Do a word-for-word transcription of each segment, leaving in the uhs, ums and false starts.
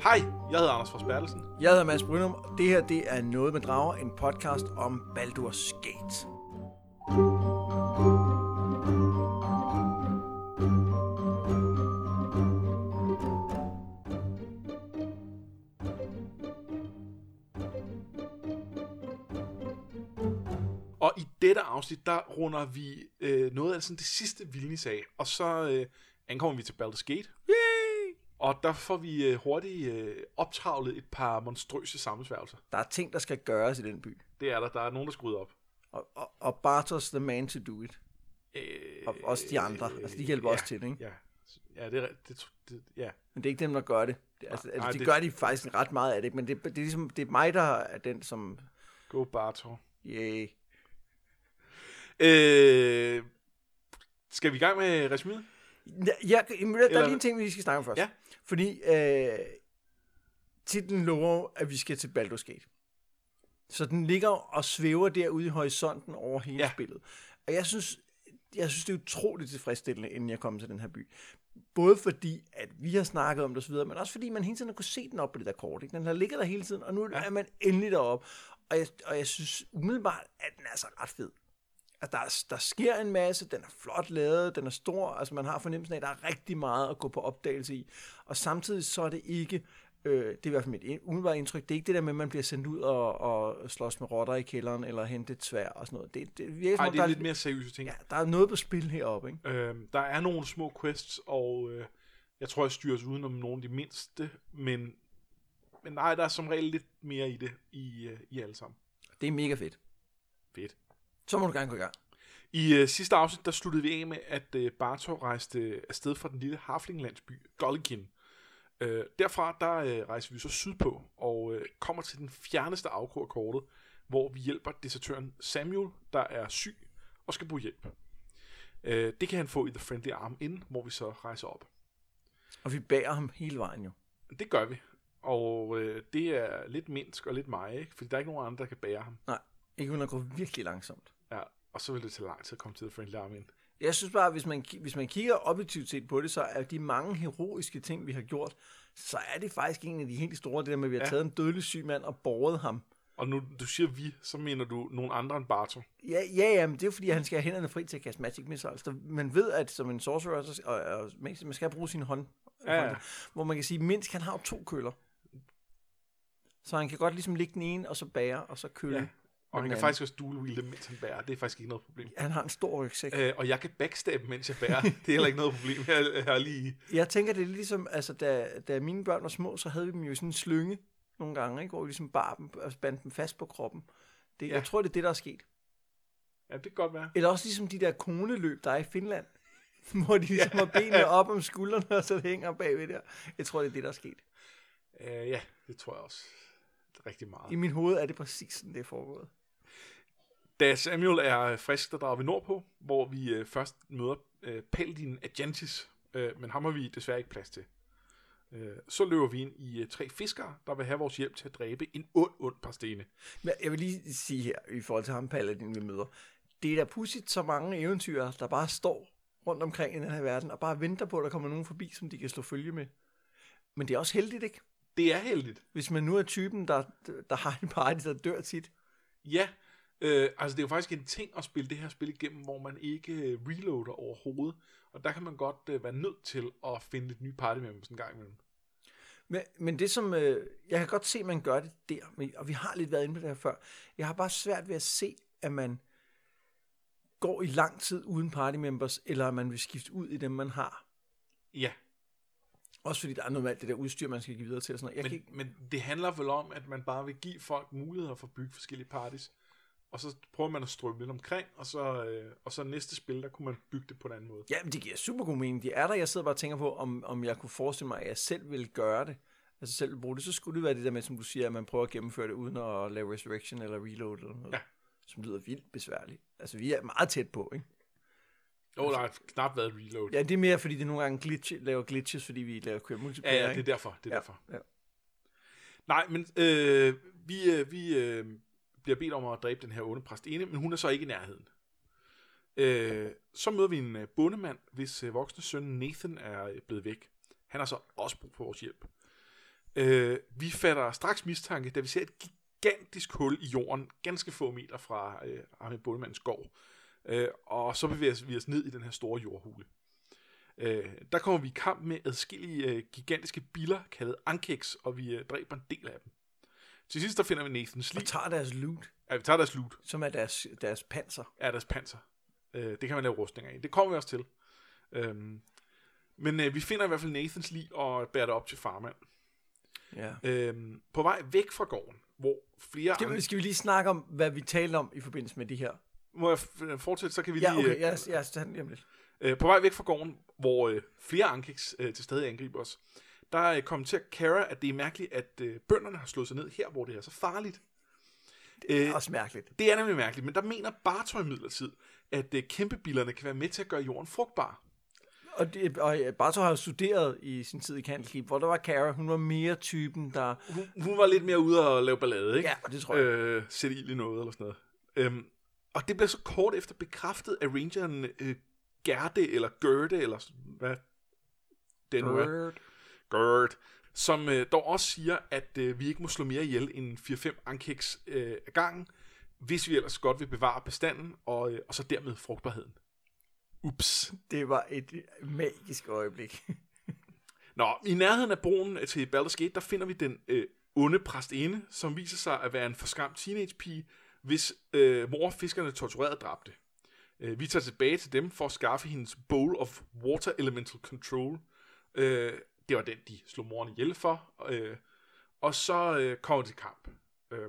Hej, jeg hedder Anders Fors Bertelsen. Jeg hedder Mads Brynum, og det her det er Noget med Drager, en podcast om Baldur's Gate. Og i dette afsnit, der runder vi øh, noget af sådan det sidste vildnis af, og så øh, ankommer vi til Baldur's Gate. Yay! Og der får vi øh, hurtigt øh, optravlet et par monstrøse sammensværgelser. Der er ting, der skal gøres i den by. Det er der. Der er nogen, der skal rydde op. Og, og, og Bartos the man to do it. Øh, Og også de andre. Altså, de hjælper ja, også til det, ikke? Ja, ja det er det, det, ja. Men det er ikke dem, der gør det. det altså, Nej, altså, de det- gør de faktisk ret meget af det, ikke? Men det, det, er ligesom, det er mig, der er den, som... Go Bartor. Yay. Øh, skal vi i gang med resuméet? Ja, ja, der er Eller- lige en ting, vi skal snakke om først. Ja. Fordi øh, titlen lover, at vi skal til Baldur's Gate. Så den ligger og svæver derude i horisonten over hele Ja. ja. spillet. Og jeg synes, jeg synes, det er utroligt tilfredsstillende, inden jeg kom til den her by. Både fordi, at vi har snakket om det osv., men også fordi, man hele tiden har kunne se den op på det der kort. Ikke? Den har ligget der hele tiden, og nu Ja. ja. er man endelig deroppe. Og jeg, og jeg synes umiddelbart, at den er så ret fed. Altså, der, der sker en masse, den er flot lavet, den er stor, altså man har fornemmelsen af, at der er rigtig meget at gå på opdagelse i. Og samtidig så er det ikke, øh, det er i hvert fald mit ind- umiddelbare indtryk, det er ikke det der med, at man bliver sendt ud og, og slås med rotter i kælderen, eller hente et sværd og sådan noget. Det, det virker som Nej, om, det der er lidt mere seriøse ting. Ja, der er noget på spil heroppe, ikke? Øhm, der er nogle små quests, og øh, jeg tror, jeg styrer os udenom nogle af de mindste, men, men nej, der er som regel lidt mere i det, i, øh, i alle sammen. Det er mega fedt. Fedt. Så må du gerne gå i gang. I øh, sidste afsnit, der sluttede vi af med, at øh, Bartor rejste afsted fra den lille halfling-landsby, Gollikin. Øh, derfra, der øh, rejser vi så sydpå, og øh, kommer til den fjerneste afkrog af kortet, hvor vi hjælper desertøren Samuel, der er syg og skal bruge hjælp. Øh, det kan han få i The Friendly Arm Inn, hvor vi så rejser op. Og vi bærer ham hele vejen jo. Det gør vi. Og øh, det er lidt Minsk og lidt mig, ikke? Fordi der er ikke nogen andre, der kan bære ham. Nej, ikke uden at gå virkelig langsomt. Ja, og så vil det tage lang tid at komme til The Friendly Arm Inn. Jeg synes bare, hvis man, hvis man kigger objektivt set på det, så er de mange heroiske ting, vi har gjort, så er det faktisk en af de helt store, det der med, at vi har Ja. taget en dødelig syg mand og båret ham. Og nu du siger vi, så mener du nogen andre end Bartor. Ja, ja, ja, men det er jo fordi, han skal have hænderne fri til at kaste magic missiles. Så man ved, at som en sorcerer, så, og, og, man skal bruge sin hånd. Ja, ja. hånd hvor man kan sige, Minsk, han har jo to køller. Så han kan godt ligesom ligge den ene, og så bære, og så køle. Ja. Og han den kan faktisk også dual-wielde, mens han bærer. Det er faktisk ikke noget problem. Han har en stor rygsæk. Øh, og jeg kan backstab, mens jeg bærer. Det er heller ikke noget problem. Jeg, jeg har lige... Jeg tænker, det er ligesom, altså da, da mine børn var små, så havde vi dem jo i sådan en slynge nogle gange, ikke? Hvor vi ligesom bar dem og bandt dem fast på kroppen. Det, Ja. Jeg tror, det er det, der er sket. Ja, det kan godt være. Eller også ligesom de der koneløb, der er i Finland, hvor de ligesom har benene op om skuldrene, og så det hænger bagved der. Jeg tror, det er det, der er sket. Øh, ja, det tror jeg også. Det er rigtig meget. I min hoved er det præcis sådan, det er foregået. Da Samuel er frisk, der drager vi nordpå, hvor vi øh, først møder øh, Paladin Agentis, øh, men ham har vi desværre ikke plads til. Øh, så løber vi ind i øh, tre fiskere, der vil have vores hjælp til at dræbe en ond, ond Parstene. Men jeg vil lige sige her, i forhold til ham Paladin, vi møder. Det er da pudsigt så mange eventyr, der bare står rundt omkring i den her verden, og bare venter på, at der kommer nogen forbi, som de kan slå følge med. Men det er også heldigt, ikke? Det er heldigt. Hvis man nu er typen, der, der har en party, der dør tit. Ja, øh, altså det er jo faktisk en ting at spille det her spil igennem, hvor man ikke øh, reloader overhovedet. Og der kan man godt øh, være nødt til at finde lidt nye party members en gang imellem. Men, men det som, øh, jeg kan godt se, at man gør det der, men, og vi har lidt været inde på det her før. Jeg har bare svært ved at se, at man går i lang tid uden party members, eller at man vil skifte ud i dem, man har. Ja, Også fordi der er noget med alt det der udstyr, man skal give videre til. Og sådan noget. Jeg men, kan ikke, men det handler vel om, at man bare vil give folk muligheder for at bygge forskellige parties. Og så prøver man at strømme lidt omkring, og så, øh, og så næste spil, der kunne man bygge det på en anden måde. ja, men det giver super god mening. De er der, jeg sidder bare og tænker på, om, om jeg kunne forestille mig, at jeg selv ville gøre det. Altså selv ville bruge det. Så skulle det være det der med, som du siger, at man prøver at gennemføre det, uden at lave resurrection eller reload eller noget. Ja. Som lyder vildt besværligt. Altså vi er meget tæt på, ikke? Jo, der har knap været reload. Ja, det er mere, fordi det nogle gange glitch, laver glitches, fordi vi laver kører multiplayer, Ja, ja, det er ikke? derfor. Det er Ja, derfor. ja. Nej, men øh, vi, øh, vi øh, bliver bedt om at dræbe den her onde præstinde, men hun er så ikke i nærheden. Øh, så møder vi en øh, bondemand, hvis øh, voksne søn Nathan er øh, blevet væk. Han har så også brug for vores hjælp. Øh, vi fatter straks mistanke, da vi ser et gigantisk hul i jorden, ganske få meter fra øh, Arne Bålmandens gård. Øh, og så bevæger vi os ned i den her store jordhule. Øh, der kommer vi i kamp med adskillige øh, gigantiske biller, kaldet Ankex, og vi øh, dræber en del af dem. Til sidst der finder vi Nathans lig. Og tager deres loot. Ja, vi tager deres loot. Som er deres, deres panser. Ja, deres panser. Øh, det kan man lave rustninger i. Det kommer vi også til. Øhm, men øh, vi finder i hvert fald Nathans lig og bærer det op til farmand. Ja. Øhm, på vej væk fra gården, hvor flere... Skal vi, skal vi lige snakke om, hvad vi talte om i forbindelse med det her? Må jeg f- fortsætte, så kan vi ja, lige... Okay. Ja, okay, jeg tager den lige om lidt. Øh, på vej væk fra gården, hvor øh, flere Ankex øh, til stadig angriber os, der øh, kommenterer Kara, at det er mærkeligt, at øh, bønderne har slået sig ned her, hvor det er så farligt. Det er øh, også mærkeligt. Det er nemlig mærkeligt, men der mener Bartøj imidlertid, at øh, kæmpebillerne kan være med til at gøre jorden frugtbar. Og, det, og Bartøj har jo studeret i sin tid i Candlekeep, hvor der var Kara, hun var mere typen, der... Hun, hun var lidt mere ude og lave ballade, ikke? Ja, og det tror jeg. Øh, sætte ild i noget eller sådan noget. Øhm, og det blev så kort efter bekræftet af rangeren øh, Gerde, eller Gørde, eller hvad det nu er. Gørd. Som øh, dog også siger, at øh, vi ikke må slå mere ihjel end fire fem Ankex øh, af gangen, hvis vi ellers godt vil bevare bestanden, og, øh, og så dermed frugtbarheden. Ups. Det var et magisk øjeblik. Nå, i nærheden af broen til Baldur's Gate, der finder vi den øh, onde præstinde, som viser sig at være en forskræmt teenagepige, hvis øh, mor fiskerne torturerede og dræbte. Øh, vi tager tilbage til dem for at skaffe hendes Bowl of Water Elemental Control. Øh, det var den, de slog moren ihjel for. Øh, og så øh, kommer det til kamp. Øh,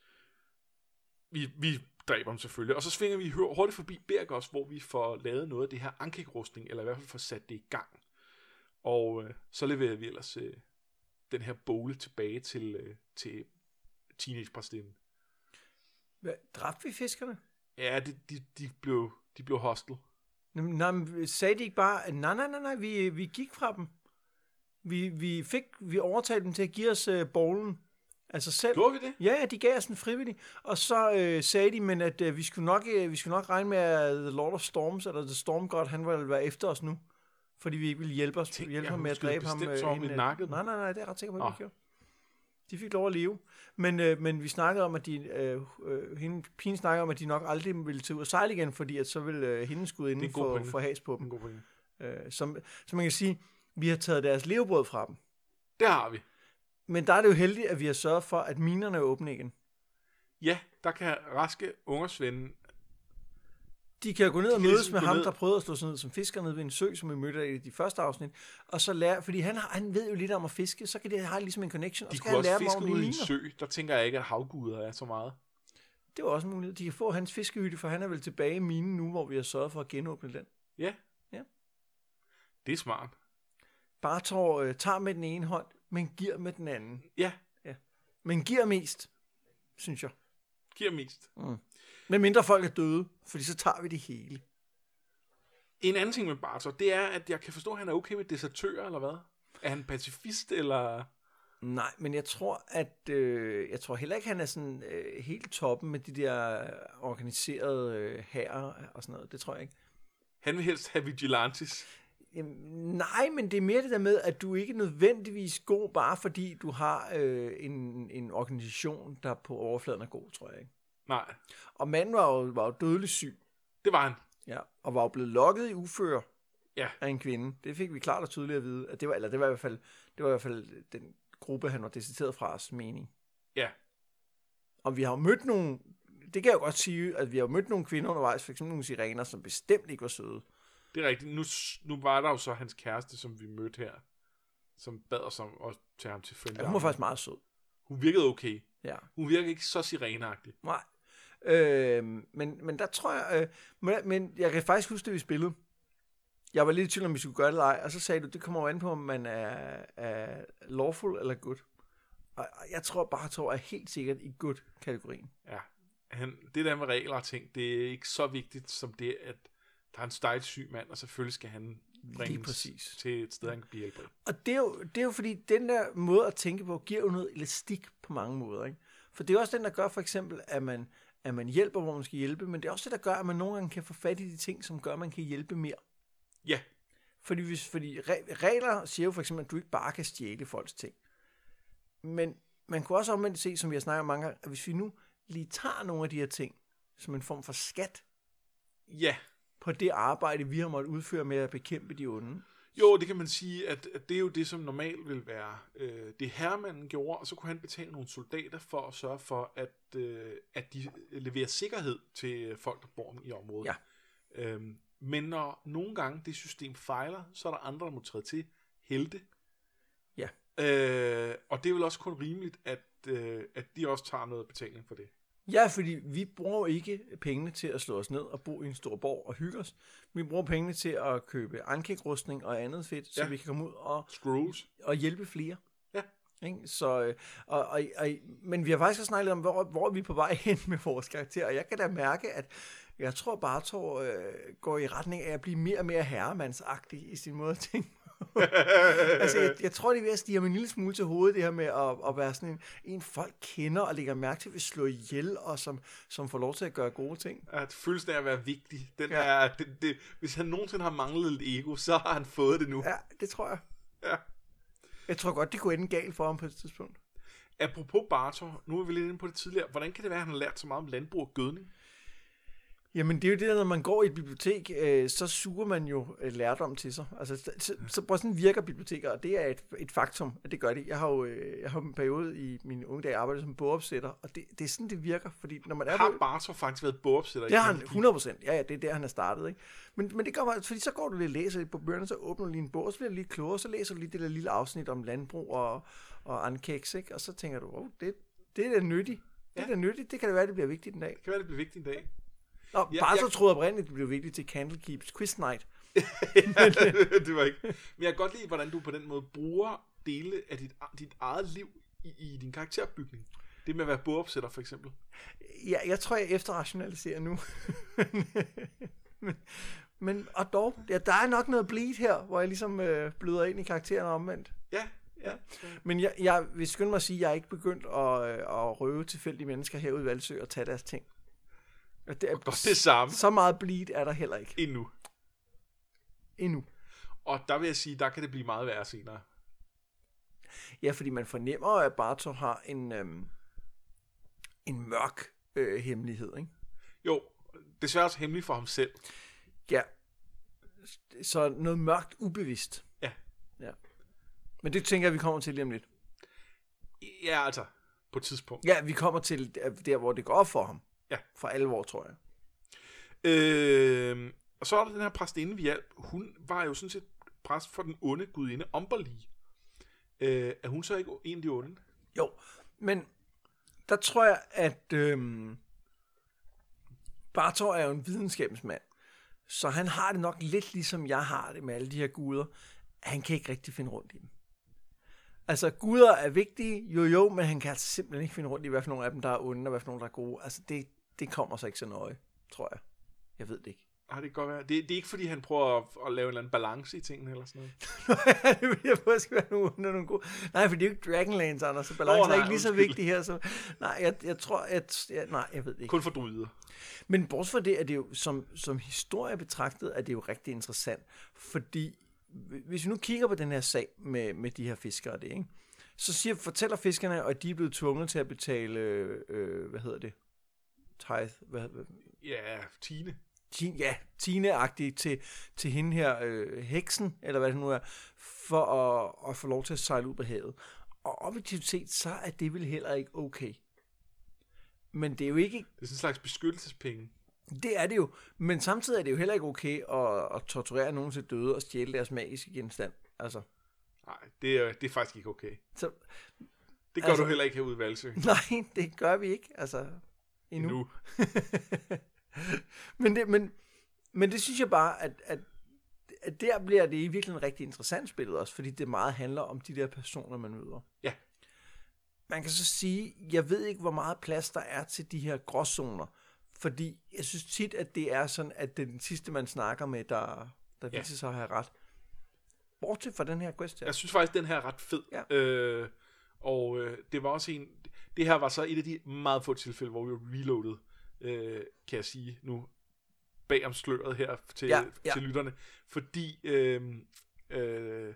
vi, vi dræber dem selvfølgelig. Og så svinger vi hurtigt forbi Bergos, hvor vi får lavet noget af det her Ankek-rustning, eller i hvert fald får sat det i gang. Og øh, så leverer vi ellers øh, den her bowle tilbage til, øh, til teenage-præstinden. Hvad, dræbte vi fiskerne? Ja, de, de, de, blev, de blev hostile. Nej, men sagde de ikke bare, at nej, nej, nej, nej, vi, vi gik fra dem. Vi, vi fik, vi overtalte dem til at give os uh, bowlen. Altså selv. Gjorde vi det? Ja, ja, de gav os en frivillig. Og så øh, sagde de, men at øh, vi, skulle nok, øh, vi skulle nok regne med, at The Lord of Storms, eller The Storm God, han ville være efter os nu. Fordi vi ikke ville hjælpe, os, Tænk, hjælpe ham med at dræbe ham. Øh, om i nakken. Nej, nej, nej, det er jeg ret sikker på, at oh. vi gjorde. De fik lov at leve. Men, øh, men vi snakkede om, at de, øh, øh, hende, pigen snakkede om, at de nok aldrig ville tage ud og sejle igen, fordi at så ville øh, hende skulle inden for, for has på dem. Øh, som, så man kan sige, vi har taget deres levebrød fra dem. Det har vi. Men der er det jo heldigt, at vi har sørget for, at minerne er åbne igen. Ja, der kan raske ungersvende... De kan gå ned og mødes ligesom med ham, ned. der prøvede at slå sig ned som fisker nede ved en sø, som vi mødte i de første afsnit. Og så lære, fordi han, har, han ved jo lidt om at fiske, så kan det have ligesom en connection. De og kunne også lære fiske ud i en sø. Der tænker jeg ikke, at havguder er så meget. Det var også en mulighed. De kan få hans fiskehytte, for han er vel tilbage i minen nu, hvor vi har sørget for at genåbne den. Ja. Ja. Det er smart. Bartor øh, tager med den ene hånd, men giver med den anden. Ja. Ja. Men giver mest, synes jeg. Giver mest. Mm. Men mindre folk er døde, fordi så tager vi det hele. En anden ting med Bartor, det er, at jeg kan forstå, at han er okay med desertører, eller hvad? Er han pacifist, eller... Nej, men jeg tror, at øh, jeg tror heller ikke, han er sådan øh, helt toppen med de der organiserede øh, hære og sådan noget. Det tror jeg ikke. Han vil helst have vigilantes. Jamen, nej, men det er mere det der med, at du ikke nødvendigvis god, bare fordi du har øh, en, en organisation, der på overfladen er god, tror jeg ikke. Nej. Og manden var jo, var jo dødelig syg. Det var han. Ja, og var jo blevet lokket i uføre ja. af en kvinde. Det fik vi klart og tydeligt at vide. At det var, eller det var i hvert fald, det var i hvert fald den gruppe, han var decideret fra os mening. Ja. Og vi har jo mødt nogle, det kan jeg jo godt sige, at vi har mødt nogle kvinder undervejs, for eksempel nogle sirener, som bestemt ikke var søde. Det er rigtigt. Nu, nu var der jo så hans kæreste, som vi mødte her, som bad os om at tage ham til friend. Ja, hun var faktisk meget sød. Hun virkede okay. Ja. Hun virkede ikke så sireneagtig. Nej. Øh, men, men der tror jeg, øh, men, men jeg kan faktisk huske det, vi spillede. Jeg var lidt i tvivl, om vi skulle gøre det eller ej, og så sagde du, det kommer jo an på, om man er, er lawful eller good. Og jeg tror bare, at jeg er helt sikkert i good-kategorien. Ja, han, det der med regler og ting, det er ikke så vigtigt som det, at der er en stejlt syg mand, og selvfølgelig skal han bringes til et sted, han kan blive hjælpet. Og det er, jo, det er jo fordi, den der måde at tænke på, giver jo noget elastik på mange måder. Ikke? For det er også den, der gør for eksempel, at man, at man hjælper, hvor man skal hjælpe, men det er også det, der gør, at man nogle gange kan få fat i de ting, som gør, at man kan hjælpe mere. Ja. Fordi, hvis, fordi regler siger jo for eksempel, at du ikke bare kan stjæle folks ting. men man kunne også omvendt se, som vi har snakket om mange gange, at hvis vi nu lige tager nogle af de her ting, som en form for skat, ja, på det arbejde, vi har måttet udføre med at bekæmpe de onde. Jo, det kan man sige, at, at det er jo det, som normalt vil være øh, det herremanden gjorde, og så kunne han betale nogle soldater for at sørge for, at, øh, at de leverer sikkerhed til folk, der bor i området. Ja. Øhm, men når nogle gange det system fejler, så er der andre, der må træde til. Helte. Ja. Øh, og det er vel også kun rimeligt, at, øh, at de også tager noget betaling for det. Ja, fordi vi bruger ikke pengene til at slå os ned og bo i en stor borg og hygge os. Vi bruger pengene til at købe ankækrustning og andet fedt, så Ja. vi kan komme ud og, Scrolls. og hjælpe flere. Ja. Ikke? Så, øh, og, og, og, men vi har faktisk også snakket om, hvor, hvor vi er på vej hen med vores karakter, og jeg kan da mærke, at jeg tror, Bartor øh, går i retning af at blive mere og mere herremandsagtig i sin måde at tænke. altså, jeg, jeg tror, det er ved at stige ham en lille smule til hovedet, det her med at, at være sådan en, en folk kender og lægger mærke til, vil slå ihjel, og som, som får lov til at gøre gode ting. At følelsen af at være vigtig, den Ja. er, det, det, hvis han nogensinde har manglet lidt ego, så har han fået det nu. Ja, det tror jeg. Ja. Jeg tror godt, det kunne ende galt for ham på et tidspunkt. Apropos Bartor, nu er vi lidt inde på det tidligere. Hvordan kan det være, at han har lært så meget om landbrug og gødning? Jamen, det er jo det, der, når man går i et bibliotek, øh, så suger man jo øh, lærdom til sig. Altså, så, så, så sådan virker biblioteker, og det er et, et faktum, at det gør det. Jeg har jo øh, jeg har en periode i mine unge dage arbejdet som bogopsætter, og det, det er sådan, det virker. Fordi når man er Har på, Bartor faktisk været bogopsætter? det har han hundrede procent. Ja, ja, det er der, han er startet. Ikke? Men, men det gør man, fordi så går du lige og læser lidt på bøgerne, så åbner du lige en bog, og så bliver du lige klogere, så læser du lige det der lille afsnit om landbrug og, og ankæks, ikke? Og så tænker du, oh, det, det er da nyttigt. Det er Ja. da nyttigt. Det kan da være, det bliver vigtigt en dag. Det kan være, det bliver vigtigt en dag. Nå, Ja, bare så jeg- troede oprindeligt, det blev vigtigt til Candlekeeps Quiz Night. det var ikke. Men jeg kan godt lide, hvordan du på den måde bruger dele af dit, dit eget liv i, i din karakterbygning. Det med at være bogopsætter, for eksempel. Ja, jeg tror, jeg efterrationaliserer nu. men, men, og dog, ja, der er nok noget bleed her, hvor jeg ligesom øh, bløder ind i karakteren omvendt. Ja, ja. Men jeg, jeg vil skynde mig at sige, at jeg er ikke begyndt at, øh, at røve tilfældige mennesker herude i Valsø og tage deres ting. Og det er, Godt det samme. Så meget bleed er der heller ikke Endnu. endnu. Og der vil jeg sige, der kan det blive meget værre senere. Ja, fordi man fornemmer, at Bartor har en, øhm, en mørk øh, hemmelighed, ikke? Jo, desværre også hemmeligt for ham selv. Ja. Så noget mørkt ubevidst. Ja. Ja. Men det tænker jeg, vi kommer til lige om lidt. Ja, altså, på et tidspunkt. Ja, vi kommer til der, hvor det går op for ham. Ja. For alvor, tror jeg. Øh, og så er der den her præstinde, vi hjalp. Hun var jo sådan set præst for den onde gudinde Umberlee. Øh, er hun så ikke en af de onde? Jo, men der tror jeg, at øhm, Bartor er jo en videnskabens mand. Så han har det nok lidt ligesom jeg har det med alle de her guder. Han kan ikke rigtig finde rundt i dem. Altså, guder er vigtige, jo jo, men han kan altså simpelthen ikke finde rundt i, hvad for nogle af dem, der er onde, og hvad for nogle, der er gode. Altså, det, det kommer så ikke så nøje, tror jeg. Jeg ved det ikke. Har det kan godt være. Det, det er ikke, fordi han prøver at, at lave en eller anden balance i tingene eller sådan noget. det vil jeg måske være nogle onde og nogle gode. Nej, for det er jo ikke Dragonlance, Anders, så balancen Åh, nej, er ikke lige så undskyld. vigtig her. Så, nej, jeg, jeg tror, at... Ja, nej, jeg ved det ikke. Kun for druider. Men bortset fra det, er det jo som, som historie betragtet, er det jo rigtig interessant. Fordi, hvis vi nu kigger på den her sag med, med de her fiskere, det, ikke? Så siger, fortæller fiskerne, at de er blevet tvunget til at betale, øh, hvad hedder det? Tithe? Hvad, hvad? Ja, Tine. Tine, ja, Tine-agtigt til, til hende her, øh, heksen, eller hvad det nu er, for at, at få lov til at sejle ud på havet. Og objektivt set, så er det vel heller ikke okay. Men det er jo ikke... Det er sådan en slags beskyttelsespenge. Det er det jo, men samtidig er det jo heller ikke okay at, at torturere nogen til døde og stjæle deres magiske genstand. Altså, Nej, det er, det er faktisk ikke okay. så, Det gør Altså- du heller ikke herude i Valsø. nej, det gør vi ikke, altså, endnu. Nu. men, det, men, men det synes jeg bare, at, at, at der bliver det i virkeligheden et rigtig interessant spillet også, fordi det meget handler om de der personer, man møder. Ja. Man kan så sige, jeg ved ikke, hvor meget plads der er til de her gråzoner, fordi jeg synes tit, at det er sådan, at det er den sidste, man snakker med, der, der Ja. viser sig at have ret. Bortset fra den her quest her. Jeg synes faktisk, den her er ret fed. Ja. Øh, og øh, det var også en... Det her var så et af de meget få tilfælde, hvor vi var reloadet, øh, kan jeg sige nu, bag om sløret her til, Ja, ja. til lytterne. Fordi øh, øh,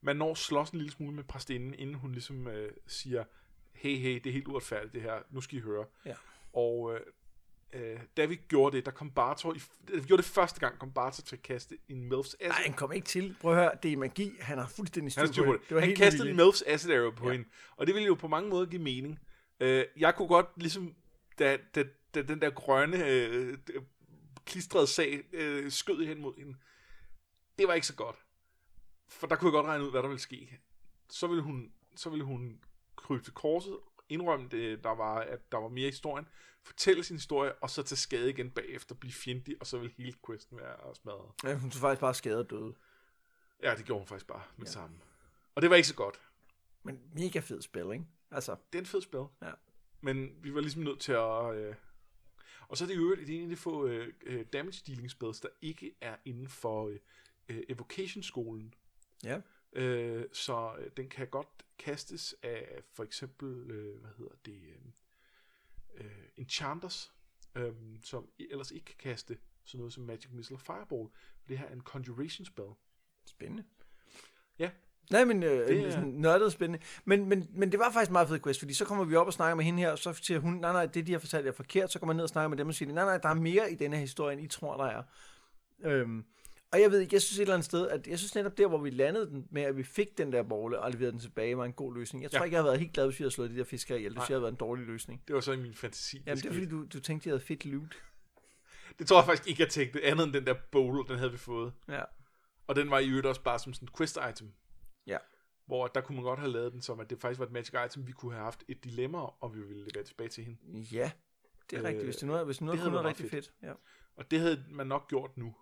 man når slås en lille smule med præstinden, inden hun ligesom øh, siger, hey, hey, det er helt uretfærdigt det her, nu skal I høre. Ja. Og øh, øh, da vi gjorde det, der kom Bartor, i, da vi gjorde det første gang, kom Bartor til at kaste en Milf's Acid. Nej, han kom ikke til. Prøv at høre, det er magi. Han har fuldstændig styr på det. det. Var han kastede en Milf's Acid Arrow på ja. hende, og det ville jo på mange måder give mening. Øh, jeg kunne godt ligesom, da, da, da den der grønne øh, klistrede sag øh, skød hen mod hende, det var ikke så godt. For der kunne jeg godt regne ud, hvad der ville ske. Så ville hun, så ville hun krybe til korset, indrømme, det, der var, at der var mere i historien, fortælle sin historie, og så tage skade igen bagefter, blive fjendtlig, og så ville hele questen være smadret. Ja, hun tog faktisk bare skade og døde. Ja, det gjorde hun faktisk bare med ja. sammen. Og det var ikke så godt. Men mega fed spil, ikke? Altså. Det er en fed spil. Ja. Men vi var ligesom nødt til at... Øh... Og så er det jo det er en af de få øh, damage dealing spells, der ikke er inden for øh, evocation-skolen. Ja. Øh, så øh, den kan godt kastes af for eksempel, øh, hvad hedder det, øh, enchanters, øh, som ellers ikke kan kaste sådan noget som Magic Missile og Fireball. Det her er en conjuration spell. Spændende. Ja. Nej, men øh, det er... sådan nørdet spændende. Men, men, men det var faktisk meget fed quest, fordi så kommer vi op og snakker med hende her, og så siger hun, nej, nej, det de har fortalt er forkert, så kommer man ned og snakker med dem og siger, nej, nej, der er mere i denne historie, end I tror, der er. Øhm, og jeg ved ikke, jeg synes et eller andet sted, at jeg synes netop der, hvor vi landede den med, at vi fik den der bogle og leverede den tilbage, var en god løsning. Jeg tror ja. ikke, jeg har været helt glad, hvis vi havde slået de der fiskere ihjel. Det synes jeg har været en dårlig løsning. Det var så i min fantasi. Jamen, det er fordi, du, du tænkte, de havde fedt loot. Det tror jeg faktisk ikke, jeg tænkte. Andet end den der bowl, den havde vi fået. Ja. Og den var i øvrigt også bare som sådan et quest item. Ja. Hvor der kunne man godt have lavet den som, at det faktisk var et magic item, vi kunne have haft et dilemma, og vi ville levere tilbage til hende. Ja, det er øh, rigtigt. Hvis det nu er, hvis det nu er kun noget rigtig fedt. fedt. Ja. Og det havde man nok gjort nu.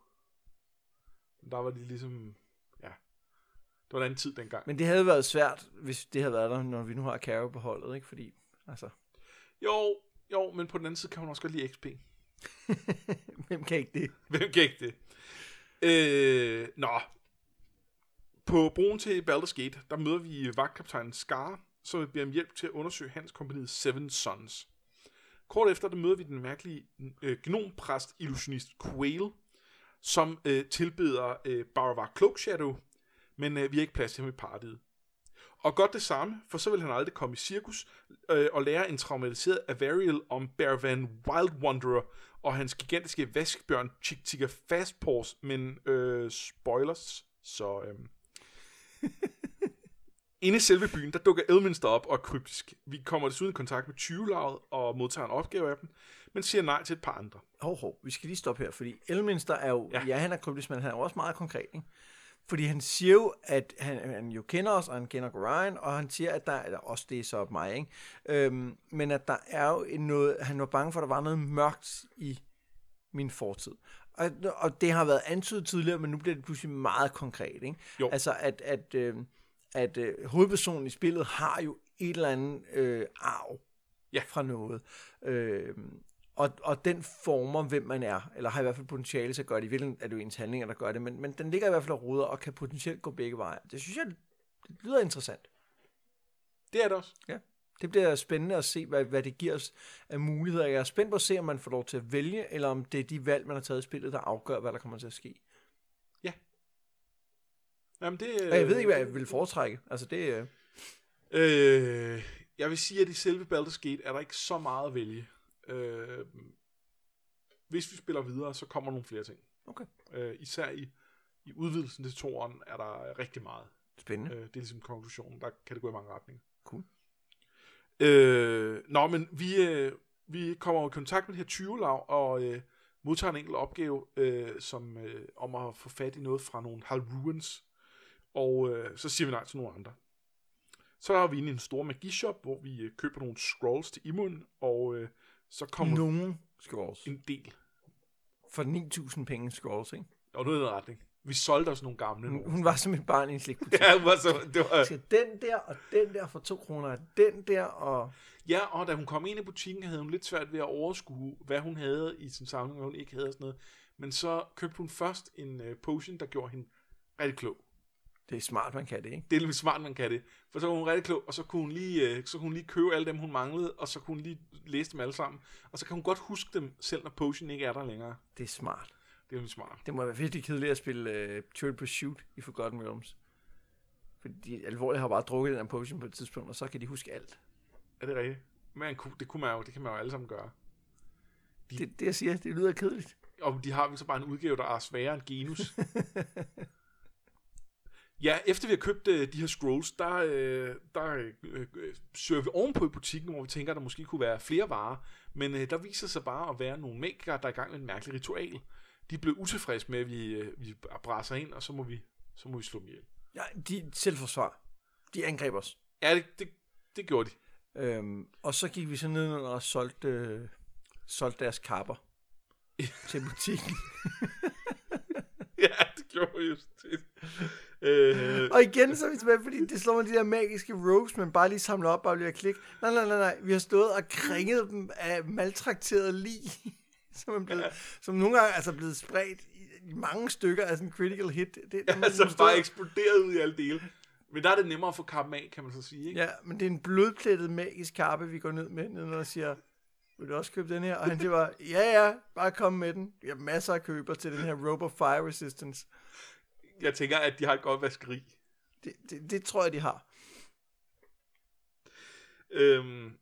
Der var de ligesom, ja, det var en anden tid dengang. Men det havde været svært, hvis det havde været der, når vi nu har Caro på holdet, ikke? Fordi, altså... Jo, jo, men på den anden side kan hun også godt lide X P. Hvem kan ikke det? Hvem kan ikke det? Øh, nå. På broen til Baldur's Gate, der møder vi vagtkaptajnen Scar, som vil bede om hjælp til at undersøge hans kompagniet Seven Sons. Kort efter, der møder vi den mærkelige øh, gnompræst-illusionist Quail, som øh, tilbeder øh, Baravar Cloakshadow, men øh, vi har ikke plads til ham i partiet. Og godt det samme, for så vil han aldrig komme i cirkus øh, og lære en traumatiseret Avariel om Baravan Wild Wanderer og hans gigantiske vaskbjørn Chick-Tigger Fastpaws, men øh, spoilers, så... Øh. Inde i selve byen, der dukker Elminster op og er kryptisk. Vi kommer desuden i kontakt med tyvelaget og modtager en opgave af dem, men siger nej til et par andre. Hov, hov, vi skal lige stoppe her, fordi Elminster er jo, ja, ja han er kryptisk, men han er også meget konkret, ikke? Fordi han siger jo, at han, han jo kender os, og han kender Gorion, og han siger, at der, eller også det er så op mig, ikke? Øhm, men at der er jo noget, han var bange for, at der var noget mørkt i min fortid. Og, og det har været antydet tidligere, men nu bliver det pludselig meget konkret, ikke? Jo. Altså, at, at, øh, at øh, hovedpersonen i spillet har jo et eller andet øh, arv ja. fra noget. Øh, og, og den former, hvem man er, eller har i hvert fald potentiale til at gøre det. I virkeligheden er det jo ens handlinger, der gør det, men, men den ligger i hvert fald og ruder, og kan potentielt gå begge veje. Det synes jeg, det lyder interessant. Det er det også. Ja. Det bliver spændende at se, hvad, hvad det giver os af muligheder. Jeg er spændt på at se, om man får lov til at vælge, eller om det er de valg, man har taget i spillet, der afgør, hvad der kommer til at ske. Ja. Jamen det... Og jeg ved ikke, hvad jeg vil foretrække. Altså det... Øh, jeg vil sige, at i selve Baldur's Gate er der ikke så meget at vælge. Øh, hvis vi spiller videre, så kommer nogle flere ting. Okay. Øh, især i, i udvidelsen til toeren er der rigtig meget. Spændende. Øh, det er ligesom konklusionen. Der kan det gå i mange retninger. Cool. Øh, nå, men vi, øh, vi kommer i kontakt med det her tyvelag og øh, modtager en enkelt opgave øh, som, øh, om at få fat i noget fra nogle Halruans. Og øh, så siger vi nej til nogle andre. Så er vi inde i en stor magishop, hvor vi øh, køber nogle scrolls til Immun, og øh, så kommer nogle scrolls. En del. For ni tusind penge scrolls, ikke? Og noget i den retning. Vi solgte os nogle gamle. Hun, hun var som et barn i en slikbutik. Ja, hun var så... Det var... Så den der, og den der for to kroner, den der, og... Ja, og da hun kom ind i butikken, havde hun lidt svært ved at overskue, hvad hun havde i sin samling, og hun ikke havde sådan noget. Men så købte hun først en uh, potion, der gjorde hende rigtig klog. Det er smart, man kan det, ikke? Det er lidt smart, man kan det. For så var hun rigtig klog, og så kunne hun lige, uh, så kunne hun lige købe alle dem, hun manglede, og så kunne hun lige læse dem alle sammen. Og så kan hun godt huske dem, selv når potion ikke er der længere. Det er smart. Det er jo smart. Det må være virkelig kedeligt at spille uh, Trivial Pursuit i Forgotten Realms. Fordi de alvorligt har bare drukket den her potion på et tidspunkt, og så kan de huske alt. Er det rigtigt? Man kunne, det, kunne man jo, det kan man jo alle sammen gøre. De, det, det, jeg siger, det lyder kedeligt. Og de har så bare en udgave, der er sværere end Genus. Ja, efter vi har købt øh, de her scrolls, der, øh, der øh, øh, søger vi ovenpå i butikken, hvor vi tænker, at der måske kunne være flere varer. Men øh, der viser sig bare at være nogle magikere, der er i gang med en mærkelig ritual. De blev utilfredse med, at vi, øh, vi brasser ind, og så må vi, så må vi slå dem ihjel. Ja, de selvforsvar. De angreb os. Ja, det, det, det gjorde de. Øhm, og så gik vi så ned og solgte, øh, solgte deres kapper til butikken. Ja, det gjorde vi just det. Øh... Og igen så er vi tilbage, fordi det slår mig de der magiske robes, man bare lige samler op, bare lige at klikke. Nej, nej, nej, nej. Vi har stået og kringet dem af maltrakteret lig, som, er blevet, ja. som nogle gange er altså blevet spredt i, i mange stykker af sådan en critical hit. Det, ja, altså stået... bare eksploderet ud i alle dele. Men der er det nemmere at få kappen af, kan man så sige, ikke? Ja, men det er en blodplettet magisk kappe, vi går ned med, ned og siger, vil du også købe den her? Og han siger bare, ja, ja, bare kom med den. Vi har masser af køber til den her Robe of Fire Resistance. Jeg tænker, at de har et godt vaskeri. Det, det, det tror jeg, de har. Øhm,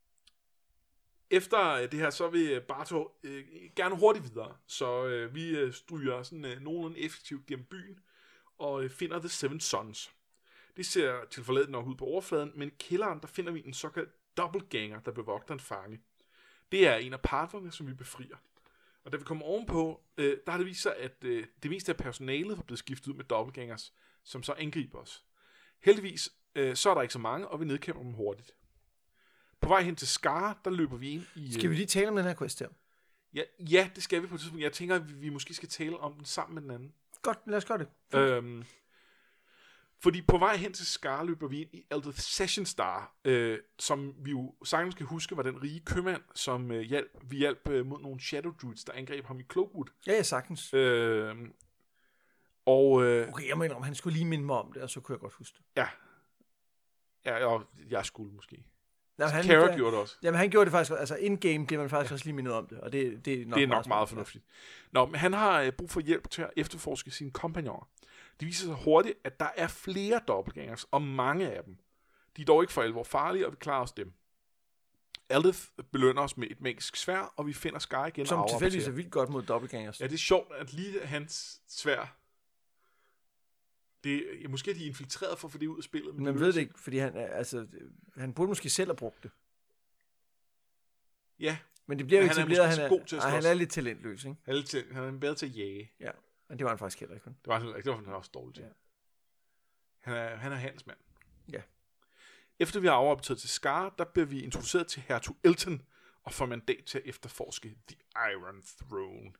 efter det her, så vil Barto øh, gerne hurtigt videre. Så øh, vi øh, stryger sådan øh, nogenlunde effektivt gennem byen og øh, finder The Seven Sons. Det ser tilforladeligt nok ud på overfladen, men i kælderen, der finder vi en såkaldt dobbeltganger, der bevogter en fange. Det er en af parterne, som vi befrier. Og da vi kommer ovenpå, øh, der har det vist sig, at øh, det meste af personalet var blevet skiftet ud med dobbeltgangers, som så angriber os. Heldigvis, øh, så er der ikke så mange, og vi nedkæmper dem hurtigt. På vej hen til Scar, der løber vi ind i... Øh... Skal vi lige tale om den her quest her? Ja, ja, det skal vi på et tidspunkt. Jeg tænker, at vi, vi måske skal tale om den sammen med den anden. Godt, lad os gøre det. Øhm, fordi på vej hen til Scar løber vi ind i Eldeth Sessionstar, øh, som vi jo sagtens skal huske var den rige købmand, som øh, hjælp, vi hjalp øh, mod nogle Shadow Druids, der angreb ham i Cloakwood. Ja, ja, sagtens. Øh, og, øh, okay, jeg mener, om han skulle lige minde mig om det, og så kunne jeg godt huske det. Ja. Ja, og jeg skulle måske. Jamen, han, Kara gjorde det også. Jamen, han gjorde det faktisk, altså in-game bliver man faktisk ja. også lige mindet om det, og det, det er nok, det er nok meget, meget fornuftigt. Nå, men han har øh, brug for hjælp til at efterforske sine kompagnoner. Det viser sig hurtigt, at der er flere dobbeltgangers, og mange af dem. De er dog ikke for alvor farlige, og vi klarer os dem. Eldeth belønner os med et magisk sværd, og vi finder Scar igen. Som tilfældigvis er vildt godt mod dobbeltgangers. Ja, det er sjovt, at lige hans sværd, det ja, måske er de infiltreret for at få det ud af spillet. Men man ved det ikke, fordi han, altså, han burde måske selv have brugt det. Ja. Men det bliver jo etableret, han er, han er, god til at han er lidt talentløs, ikke? Han er, til, han er bedre til at jage. Ja, men det var han faktisk heller ikke. Det var han heller ikke, det var han også dårlig til. Ja. Han er, han er handelsmand. Ja. Efter vi har overoptaget til Scar, der bliver vi introduceret til hertug Elton, og får mandat til at efterforske The Iron Throne.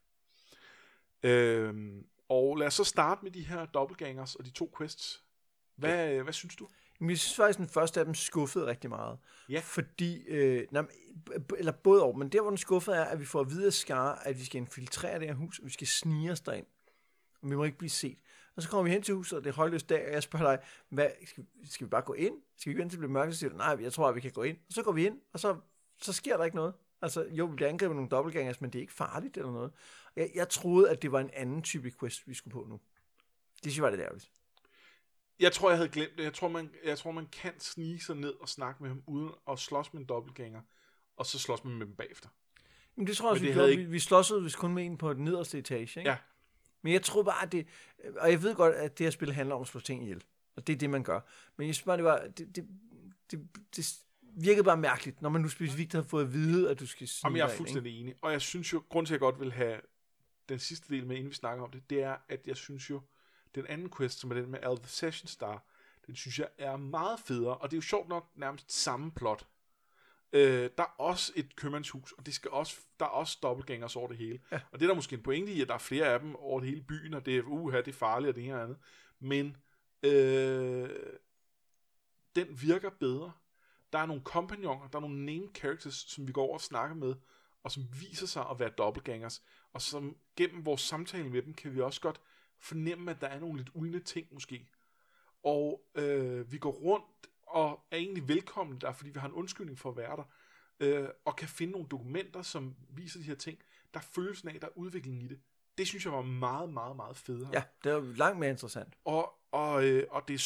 Øhm, og lad os så starte med de her dobbeltgangers og de to quests. Hvad, ja. hvad synes du? Men jeg synes faktisk, den første af dem skuffede rigtig meget. Ja. Fordi, øh, nej, eller både over, men der hvor den skuffede er, at vi får at vide af Scar, at vi skal infiltrere det her hus, og vi skal snige os derind. Og vi må ikke blive set. Og så kommer vi hen til huset, og det er højløst dag, og jeg spørger dig, hvad, skal, skal vi bare gå ind? Skal vi vente til det bliver mørkt? Så siger du, nej, jeg tror, at vi kan gå ind. Og så går vi ind, og så, så sker der ikke noget. Altså, jo, vi bliver angrebet nogle dobbeltgangers, men det er ikke farligt eller noget. Jeg, jeg troede, at det var en anden type quest, vi skulle på nu. Det synes jeg var lidt ærgerligt. Jeg tror, jeg havde glemt det. Jeg tror, man, jeg tror, man kan snige sig ned og snakke med ham, uden at slås med en dobbeltganger, og så slås man med dem bagefter. Men det tror jeg også, vi gjorde. Ikke... Vi, vi slåsede vist kun med en på den nederste etage, ikke? Ja. Men jeg tror bare, at det... Og jeg ved godt, at det her spil handler om at slå ting ihjel. Og det er det, man gør. Men jeg synes bare, det var... Det, det, det, det virkede bare mærkeligt, når man nu specifikt havde fået at vide, at du skal snige. Jamen, jeg er fuldstændig ind, enig. Og jeg synes jo, grund til, at jeg godt vil have den sidste del med, inden vi snakker om det, det er, at jeg synes jo, den anden quest, som er den med Eldeth Sessionstar, den synes jeg er meget federe, og det er jo sjovt nok nærmest samme plot. Øh, der er også et købmandshus, og det skal også, der er også dobbeltgangers over det hele. Ja. Og det er der måske en pointe i, at der er flere af dem over det hele byen, og det er, uha, det er farligt, og det her og andet. Men øh, den virker bedre. Der er nogle kompagnoner, der er nogle named characters, som vi går over og snakker med, og som viser sig at være dobbeltgangers, og som gennem vores samtale med dem, kan vi også godt fornemme, at der er nogle lidt uldne ting måske. Og øh, vi går rundt og er egentlig velkomne der, fordi vi har en undskyldning for at være der, øh, og kan finde nogle dokumenter, som viser de her ting. Der er følelsen af, der er udvikling i det. Det synes jeg var meget, meget, meget federe. Ja, det var langt mere interessant. Og, og, øh, og det er synd,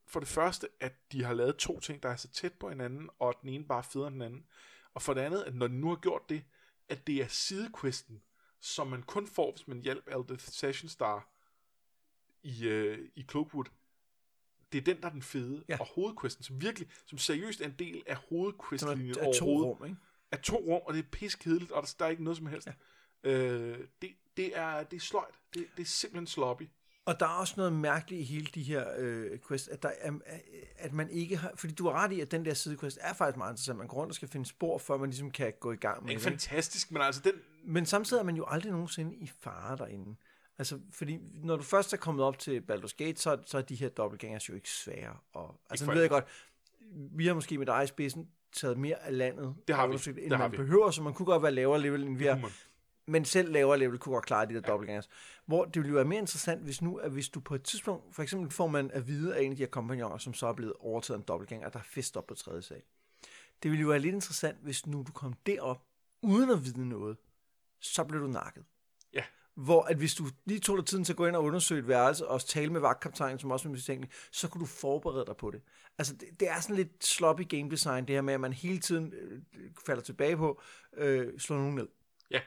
for det første, at de har lavet to ting, der er så tæt på hinanden, og den ene bare federe end den anden. Og for det andet, at når de nu har gjort det, at det er sidequesten, som man kun får, hvis man hjælper Aldeth Sessionstar i, øh, i Cloakwood. Det er den, der er den fede. Ja. Og hovedquesten, som virkelig, som seriøst er en del af hovedquestlinjen overhovedet. Af to rum, ikke? Af to rum, og det er piskedeligt, og der, der er ikke noget som helst. Ja. Øh, det, det, er, det er sløjt. Det, det er simpelthen sloppy. Og der er også noget mærkeligt i hele de her øh, quests, at, der er, at man ikke har... Fordi du har ret i, at den der sidequest er faktisk meget interessant. Man går rundt og skal finde spor, før man ligesom kan gå i gang med det. Det er fantastisk, men altså den... Men samtidig er man jo aldrig nogensinde i fare derinde. Altså, fordi når du først er kommet op til Baldur's Gate, så, så er de her dobbeltgængers jo ikke svære. Og, altså, nu ved jeg godt, vi har måske med dig i spidsen taget mere af landet, det har vi. End det man har vi. behøver, så man kunne godt være lavere level, end vi har. Men selv lavere level kunne godt klare de der ja. dobbeltgængers. Hvor det ville jo være mere interessant, hvis nu, at hvis du på et tidspunkt, for eksempel får man at vide af en af de her kompagnoner, som så er blevet overtaget af en dobbeltgænger, der er fest op på tredje sal. Det ville jo være lidt interessant, hvis nu du kom derop, uden at vide noget, så blev du nakket. Ja. Hvor at hvis du lige tog dig tiden til at gå ind og undersøge et værelse, og tale med vagtkaptajnen, som også er mistænkelig, så kunne du forberede dig på det. Altså, det, det er sådan lidt sloppy game design, det her med, at man hele tiden øh, falder tilbage på, øh, slår nogen ned. Ja.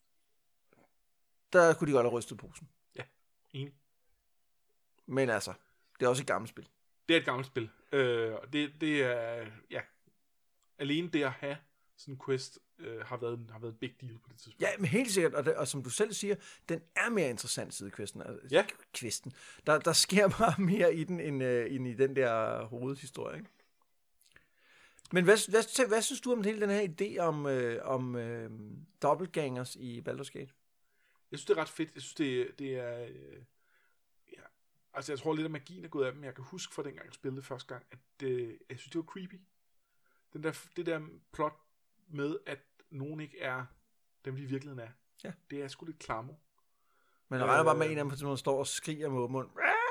Der kunne de godt have rystet posen. Ja, enig. Men altså, det er også et gammelt spil. Det er et gammelt spil. Øh, det, det er, ja, alene det at have sådan en quest, øh, har, været, har været en big deal på det tidspunkt. Ja, men helt sikkert, og, det, og som du selv siger, den er mere interessant sidequesten. Altså, ja. Questen. Der, der sker bare mere i den, end, øh, end i den der hovedhistorie, ikke? Men hvad, hvad, hvad synes du om hele den her idé om, øh, om øh, dobbeltgangers i Baldur's Gate? Jeg synes, det er ret fedt. Jeg synes, det, det er... Øh, ja. Altså, jeg tror lidt, at magien er gået af dem. Jeg kan huske fra dengang, jeg spillede første gang, at øh, jeg synes, det var creepy. Den der, det der plot med, at nogen ikke er dem, de i virkeligheden er. Ja. Det er sgu lidt klammer. Men jeg regner bare med en af dem, som står og skriger med åben mund.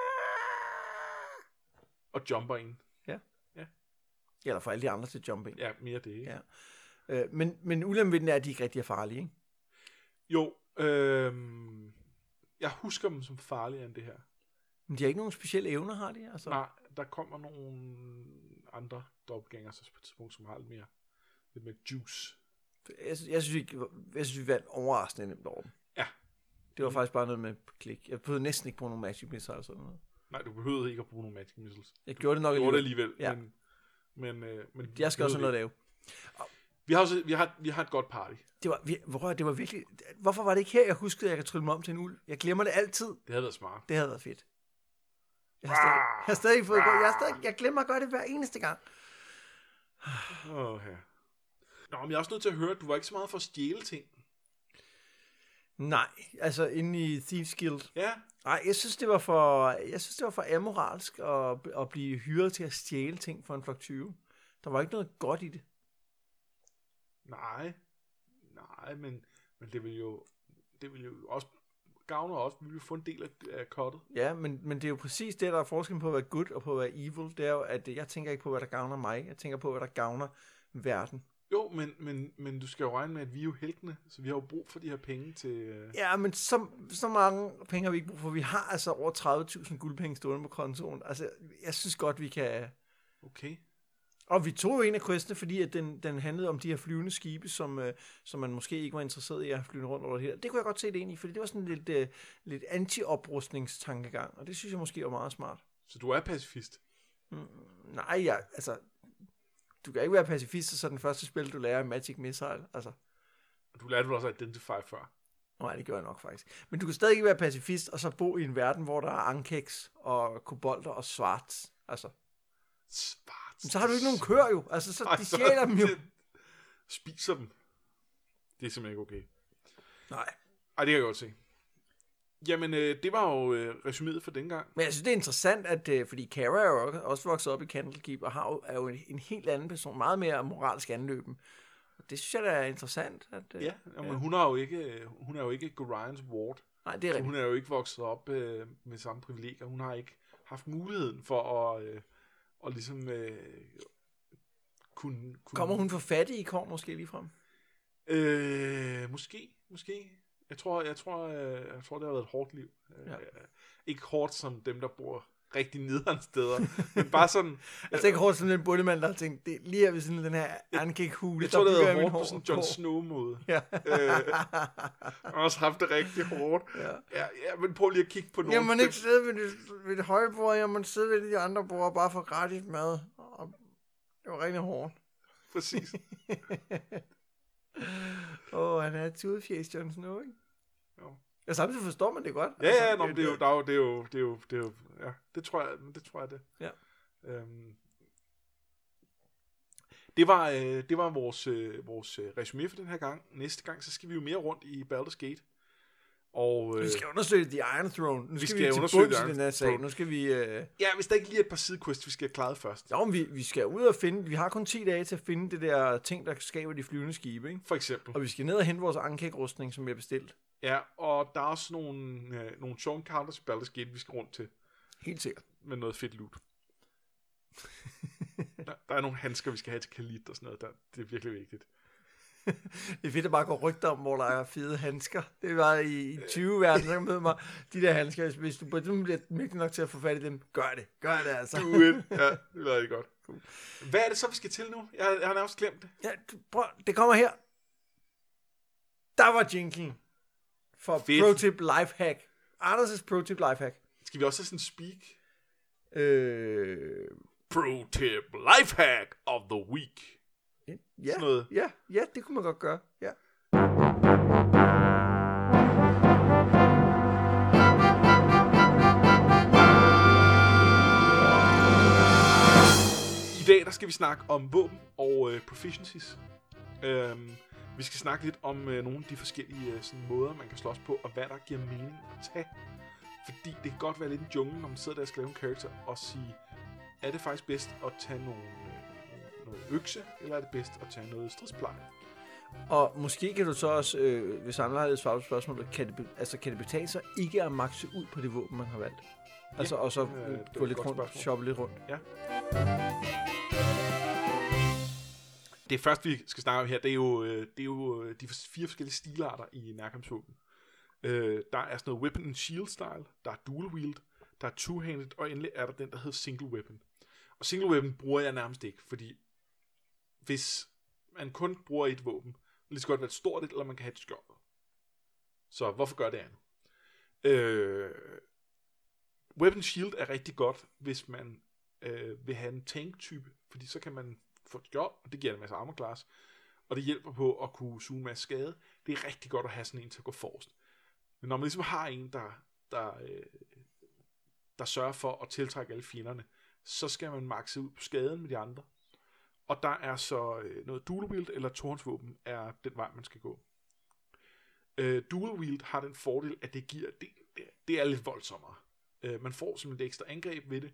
Og jumper ind. Ja. Ja. Eller for alle de andre til jumping. Ja, mere det, ikke? Ja. Øh, men, men ulempen ved den er, at de ikke rigtig er farlige, ikke? Jo, øh, jeg husker dem som farligere end det her. Men de har ikke nogen specielle evner, har de? Altså... Nej, der kommer nogle andre dobbeltgængere så på et tidspunkt, som har lidt mere, lidt mere juice. Jeg, jeg synes ikke, jeg synes, vi vandt overraskende nemt over dem. Ja. Det var mm. faktisk bare noget med klik. Jeg behøvede næsten ikke bruge nogle magic missiles eller sådan noget. Nej, du behøvede ikke at bruge nogle magic missiles. Jeg gjorde det nok alligevel. gjorde det alligevel, ja. men, men, øh, men jeg skal også have noget at lave. Vi har, også, vi, har, vi har et godt party. Det var, vi, hvor, det var virkelig... Hvorfor var det ikke her, jeg huskede, at jeg kan trylle mig om til en ulv? Jeg glemmer det altid. Det havde været smart. Det havde været fedt. Jeg har stadig, jeg har stadig fået... Jeg, har stadig, jeg glemmer at gøre det hver eneste gang. Åh, oh, ja. Nå, men jeg er også nødt til at høre, at du var ikke så meget for at stjæle ting. Nej, altså inde i Thieves Guild. Ja. Nej, jeg synes, det var for, jeg synes, det var for amoralsk at, at blive hyret til at stjæle ting for en flok tyve. Der var ikke noget godt i det. Nej. Nej, men, men det vil jo det vil jo også gavne os. Vi vil få en del af, af cuttet. Ja, men, men det er jo præcis det, der er forskellen på at være good og på at være evil. Det er jo, at jeg tænker ikke på, hvad der gavner mig. Jeg tænker på, hvad der gavner verden. Jo, men, men, men du skal jo regne med, at vi er jo heltene, så vi har jo brug for de her penge til... Uh... Ja, men så, så mange penge har vi ikke brug for. Vi har altså over tredive tusind guldpenge stående på kontoen. Altså, jeg synes godt, vi kan... Okay. Og vi tog jo en af questene, fordi at den, den handlede om de her flyvende skibe, som, uh, som man måske ikke var interesseret i at flyve rundt over det her. Det kunne jeg godt se det ind i, fordi det var sådan lidt, uh, lidt anti-oprustningstankegang, og det synes jeg måske var meget smart. Så du er pacifist? Mm, nej, jeg, altså... Du kan ikke være pacifist, så den første spil, du lærer er Magic Missile. Altså. Du lærte vel også Identify før? Nej, det gør jeg nok faktisk. Men du kan stadig ikke være pacifist, og så bo i en verden, hvor der er ankeks og kobolder og svarts. Altså. Svarts? Så har du ikke nogen køer jo. Altså, så de stjæler dem jo. Spiser dem. Det er simpelthen ikke okay. Nej. Ej, det kan jeg godt se. Jamen, øh, det var jo øh, resuméet for den gang. Men jeg synes, det er interessant, at øh, fordi Kara er jo også vokset op i Candlekeep, og har jo, er jo en, en helt anden person, meget mere moralsk anløben. Og det synes jeg, der er interessant. At, øh, ja, jamen, ja, hun er jo ikke, hun er jo ikke Gorions ward. Nej, det er rigtigt. Hun er jo ikke vokset op øh, med samme privilegier. Hun har ikke haft muligheden for at, øh, at ligesom øh, kunne, kunne... Kommer hun for fattig i kår måske ligefrem? Øh, måske, måske. Jeg tror, jeg tror, jeg tror, det har været et hårdt liv. Ja. Øh, ikke hårdt som dem, der bor rigtig nederen steder. Men bare sådan... Jeg tænker hårdt sådan en bundemand, der har tænkt, det lige er ved sådan den her ankæk-hule, jeg tror, der det bygger er jeg min hårdt på hår sådan Jon Snow-måde. Ja. øh, og også haft det rigtig hårdt. Ja. Ja, ja, men prøv lige at kigge på nogle... Jeg må ikke sidde ved det, ved det høje bord, jeg må sidde ved de andre bord, bare for gratis mad. Og det var rigtig hårdt. Præcis. Åh, oh, han er tudefjæs, Jon Snow, ikke? Jo. Ja, samtidig forstår man det godt. Ja, altså, ja, nå, det, er jo, der er jo, det er jo, det er jo, det er jo, ja, det tror jeg, det tror jeg det. Ja. Øhm, det var, øh, det var vores, øh, vores øh, resumé for den her gang. Næste gang, så skal vi jo mere rundt i Baldur's Gate. Og, øh, vi skal undersøge The Iron Throne. Nu vi skal skal vi til undersøge bunds The i Iron den her sag. Throne. Nu skal vi... Øh... ja, hvis der ikke lige er et par sidequests, vi skal have klaret først. Jo, men vi, vi skal ud og finde... Vi har kun ti dage til at finde det der ting, der skaber de flyvende skibe, ikke? For eksempel. Og vi skal ned og hente vores ankæk-rustning, som vi har bestilt. Ja, og der er også nogle, øh, nogle sjove encounters i Baldur's Gate, vi skal rundt til. Helt sikkert. Med noget fedt loot. der, der er nogle handsker, vi skal have til Khalid og sådan noget. Der, det er virkelig vigtigt. Det er fedt at bare gå rygter om, hvor der er fede handsker. Det var i, i tyve-verdenen, så kan man møde mig. De der handsker, hvis du på dem bliver mægtig nok til at få fat i dem, gør det. Gør det altså. Do it. Ja, det er rigtig godt. Cool. Hvad er det så, vi skal til nu? Jeg, jeg har nærmest glemt det. Ja, prøv, det kommer her. Der var jinglen for Fedt. ProTip Lifehack. Anders' ProTip Lifehack. Skal vi også have sådan en speak? Øh... ProTip Lifehack of the Week. Ja, sådan noget. ja, ja, det kunne man godt gøre. Ja. I dag der skal vi snakke om våben og øh, proficiencies. Øhm, vi skal snakke lidt om øh, nogle af de forskellige øh, sådan, måder, man kan slås på, og hvad der giver mening at tage. Fordi det kan godt være lidt en jungle, når man sidder der og skal lave en karakter, og sige, er det faktisk bedst at tage nogle, øh, noget økse, eller er det bedst at tage noget stridspleje? Og måske kan du så også, øh, hvis andre har et svar på spørgsmålet, kan det, altså, kan det betale sig ikke at makse ud på det våben, man har valgt? Altså, Ja, og så øh, øh, det gå var lidt et godt rundt, spørgsmål. shoppe lidt rundt. Ja. Det første, vi skal snakke om her, det er jo, det er jo de fire forskellige stilarter i nærkampsvåben. Øh, der er sådan noget weapon and shield style, der er dual wield, der er two-handed, og endelig er der den, der hedder single weapon. Og single weapon bruger jeg nærmest ikke, fordi hvis man kun bruger et våben, det kan lige så godt være et stort et, eller man kan have et skjold. Så hvorfor gør det andet? Øh, weapon shield er rigtig godt, hvis man øh, vil have en tank-type, fordi så kan man få et skjold, og det giver en masse armor class, og det hjælper på at kunne suge en masse skade. Det er rigtig godt at have sådan en til at gå forrest. Men når man ligesom har en, der, der, øh, der sørger for at tiltrække alle fjenderne, så skal man makse ud på skaden med de andre. Og der er så øh, noget dual wield eller tohåndsvåben er den vej, man skal gå. Øh, dual wield har den fordel, at det giver, det, det, det er lidt voldsommere. Øh, man får simpelthen et ekstra angreb ved det,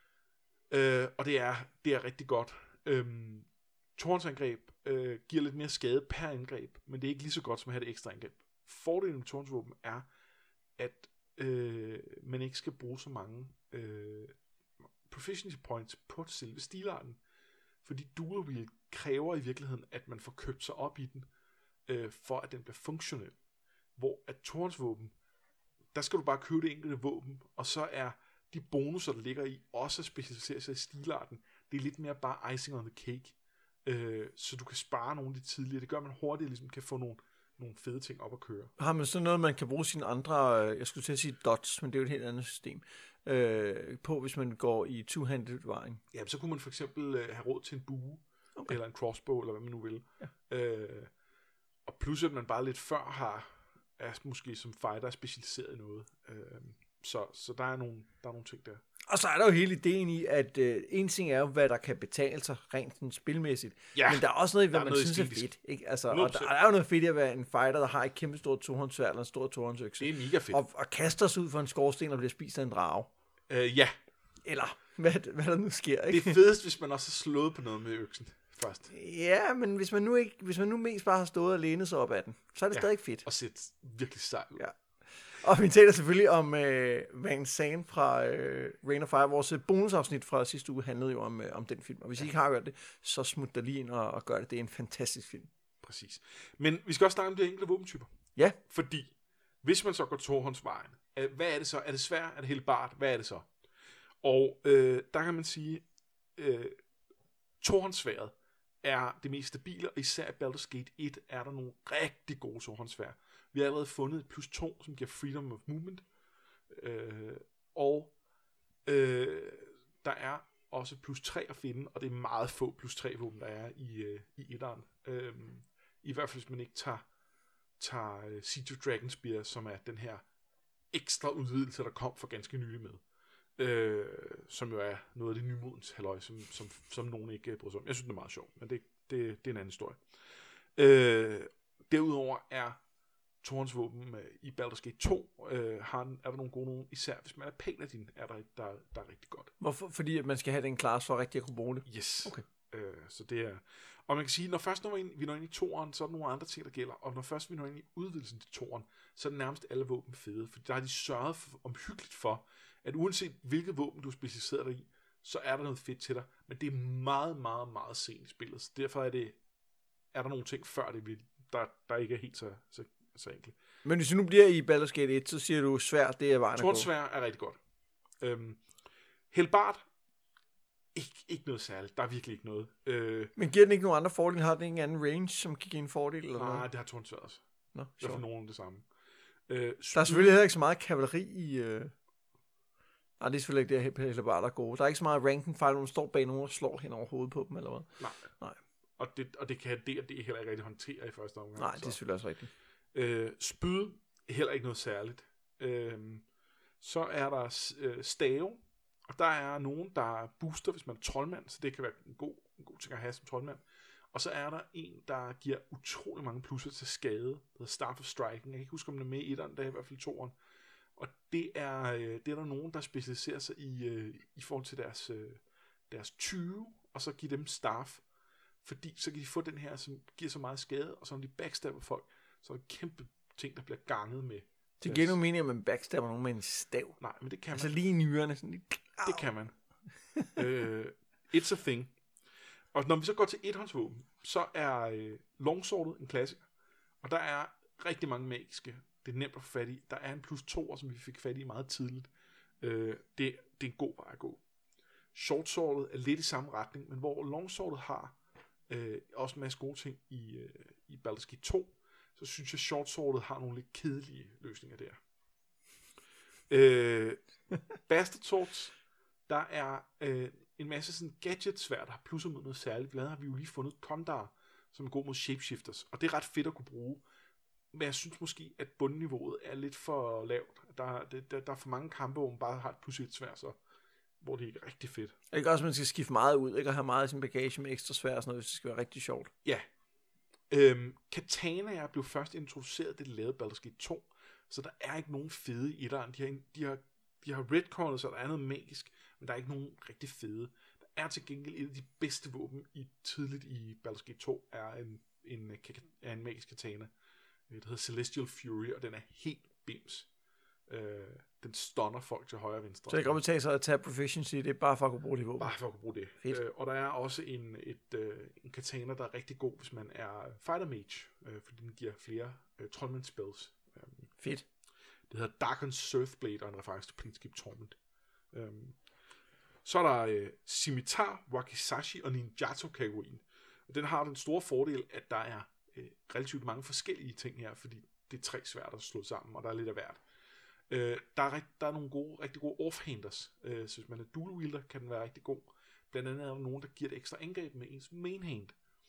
øh, og det er, det er rigtig godt. Øh, tohåndsangreb øh, giver lidt mere skade per angreb, men det er ikke lige så godt som at have det ekstra angreb. Fordelen med tohåndsvåben er, at øh, man ikke skal bruge så mange øh, proficiency points på selve stilarten. Fordi dual wield kræver i virkeligheden, at man får købt sig op i den, øh, for at den bliver funktionel. Hvor at tohåndsvåben, der skal du bare købe det enkelte våben, og så er de bonusser, der ligger i, også at specialisere sig i stilarten. Det er lidt mere bare icing on the cake. Øh, så du kan spare nogle af de tidligere. Det gør, at man hurtigt ligesom kan få nogle, nogle fede ting op at køre. Har man sådan noget, man kan bruge sine andre, øh, jeg skulle til at sige dots, men det er jo et helt andet system, øh, på, hvis man går i two-handed vejen? Ja, så kunne man for eksempel øh, have råd til en bue, okay, eller en crossbow, eller hvad man nu vil. Ja. Øh, og plus, at man bare lidt før har, er måske som fighter specialiseret i noget. Øh, så, så der er nogle, der er nogle ting der. Og så er der jo hele ideen i, at øh, en ting er jo, hvad der kan betale sig rent sådan spilmæssigt. Ja, men der er også noget i, hvad man noget synes æstetisk. er fedt. Ikke? Altså, og der, der er jo noget fedt i at være en fighter, der har et kæmpe stort tohåndssværd eller en stor tohåndsøkse. Det er mega fedt. Og, og kaster sig ud for en skorsten og bliver spist af en drage. Øh, ja. Eller hvad, hvad der nu sker. Ikke? Det er fedest, hvis man også har slået på noget med øksen først. Ja, men hvis man nu ikke, hvis man nu mest bare har stået og lænet sig op ad den, så er det ja, stadig fedt. Og set virkelig sejt ud. Ja. Og vi taler selvfølgelig om øh, Van Zandt fra øh, Rain of Fire. Vores bonusafsnit fra sidste uge handlede jo om, øh, om den film. Og hvis I ikke har gjort det, så smut der lige ind og, og gør det. Det er en fantastisk film. Præcis. Men vi skal også snakke om de enkelte våbentyper. Ja. Fordi, hvis man så går tohåndsvejen, hvad er det så? Er det svært? Er det helt bart? Hvad er det så? Og øh, der kan man sige, øh, tohåndssværdet er det mest stabile, og især i Baldur's Gate et er der nogle rigtig gode tohåndssværd. Vi har allerede fundet et plus to, som giver freedom of movement, øh, og øh, der er også plus tre at finde, og det er meget få plus tre våben, der er i, øh, i etteren. Øh, I hvert fald, hvis man ikke tager, tager uh, Siege of Dragonspear, som er den her ekstra udvidelse, der kom for ganske nylig med. Øh, som jo er noget af det nymodens halløj, som, som, som nogen ikke bryder sig om. Jeg synes, det er meget sjovt, men det, det, det er en anden historie. Øh, derudover er tohåndsvåben øh, i Baldur's Gate to, øh, har, er der nogle gode nogen, især hvis man er paladin, er der, der, der er rigtig godt. Hvorfor? Fordi at man skal have den class for rigtig at kunne bruge det? Yes. Okay. Øh, så det er... Og man kan sige, når først når vi, ind, vi når ind i toeren, så er der nogle andre ting, der gælder. Og når først vi når ind i udvidelsen til toeren, så er det nærmest alle våben fede. For der har de sørget for, omhyggeligt for, at uanset hvilket våben du specialiserer dig i, så er der noget fedt til dig. Men det er meget, meget, meget sent i spillet. Så derfor er, det, er der nogle ting før det, der, der ikke er helt så, så, så enkelt. Men hvis du nu bliver i Baldur's Gate et, så siger du svært, det er vejen at gå. Tordsvær er rigtig godt. Øhm, Helbart, ikke, ikke noget særligt. Der er virkelig ikke noget. Øh, Men giver den ikke nogen andre fordele? Har den ikke en anden range, som kan give en fordel? Eller nej, noget? det har Tordsvær også. Nå, Det er for nogen det samme. Øh, der er selvfølgelig heller ikke så meget kavaleri i... Øh... Nej, det er selvfølgelig ikke det, heller bare der er gode. Der er ikke så meget rank and file, når man står bag nogen og slår hen over hovedet på dem, eller hvad? Nej. Nej. Og det, og det kan D og D heller ikke rigtig håndtere i første omgang. Nej, det er selvfølgelig også rigtigt. Øh, spyd, heller ikke noget særligt. Øh, så er der øh, stave, og der er nogen, der booster, hvis man er troldmand, så det kan være en god, en god ting at have som troldmand. Og så er der en, der giver utrolig mange plusser til skade, der hedder Staff of Striking. Jeg kan ikke huske, om den er med i etteren, der er i hvert fald i toeren. Og det er, øh, det er der nogen, der specialiserer sig i, øh, i forhold til deres, øh, deres tyve, og så give dem staff. Fordi så kan de få den her, som giver så meget skade, og så når de backstabber folk, så er det kæmpe ting, der bliver ganget med. Det giver nu mening, at man backstabber nogen med en stav. Nej, men det kan altså man. lige i nyrerne. Sådan lige... Det kan man. uh, it's a thing. Og når vi så går til ethåndsvåben, så er øh, longswordet en klassiker. Og der er rigtig mange magiske. Det er nemt at få fat i. Der er en plus to, som vi fik fat i meget tidligt. Uh, det, det er en god vej at gå. Shortswordet er lidt i samme retning, men hvor longswordet har øh, også en masse gode ting i, øh, i Baldur's Gate to, så synes jeg, shortswordet har nogle lidt kedelige løsninger der. Øh, Bastard Swords, der er øh, en masse sådan gadget-sværd, der har plusser mod noget særligt. Blandt andet har vi jo lige fundet Kondar, som er god mod shapeshifters, og det er ret fedt at kunne bruge. Men jeg synes måske, at bundniveauet er lidt for lavt. Der, der, der er for mange kampe, hvor man bare har et plus et sværd, så hvor det er rigtig fedt. Er det ikke også, at man skal skifte meget ud, ikke? Og have meget i sin bagage med ekstra svær og sådan noget, hvis det skal være rigtig sjovt? Ja. Øhm, Katana blev først introduceret, det lavede Baldur's Gate to, så der er ikke nogen fede i etteren. De har, de har, de har redcornet, så der er noget magisk, men der er ikke nogen rigtig fede. Der er til gengæld et af de bedste våben i tidligt i Baldur's Gate to, er en, en, er en magisk katana. Det hedder Celestial Fury, og den er helt bims. Øh, den stunner folk til højre og venstre. Så det kan godt betale sig at tage proficiency, det er bare for at kunne bruge det våben. Bare for at kunne bruge det. Øh, og der er også en, et, øh, en katana, der er rigtig god, hvis man er fighter mage, øh, fordi den giver flere øh, trollmand spells. Øh, Fedt. Det hedder Darken's Surfblade, og en reference til Planescape Torment. Øh, så er der øh, Scimitar, Wakizashi og Ninjato-kategorien. Og den har den store fordel, at der er øh, relativt mange forskellige ting her, fordi det er tre sværd, der er slået sammen, og der er lidt af hvert. Øh, der, er rigt, der er nogle gode, rigtig gode offhanders. Øh, så hvis man er dual wielder, kan den være rigtig god. Blandt andet er der nogen, der giver et ekstra angreb med ens main hand.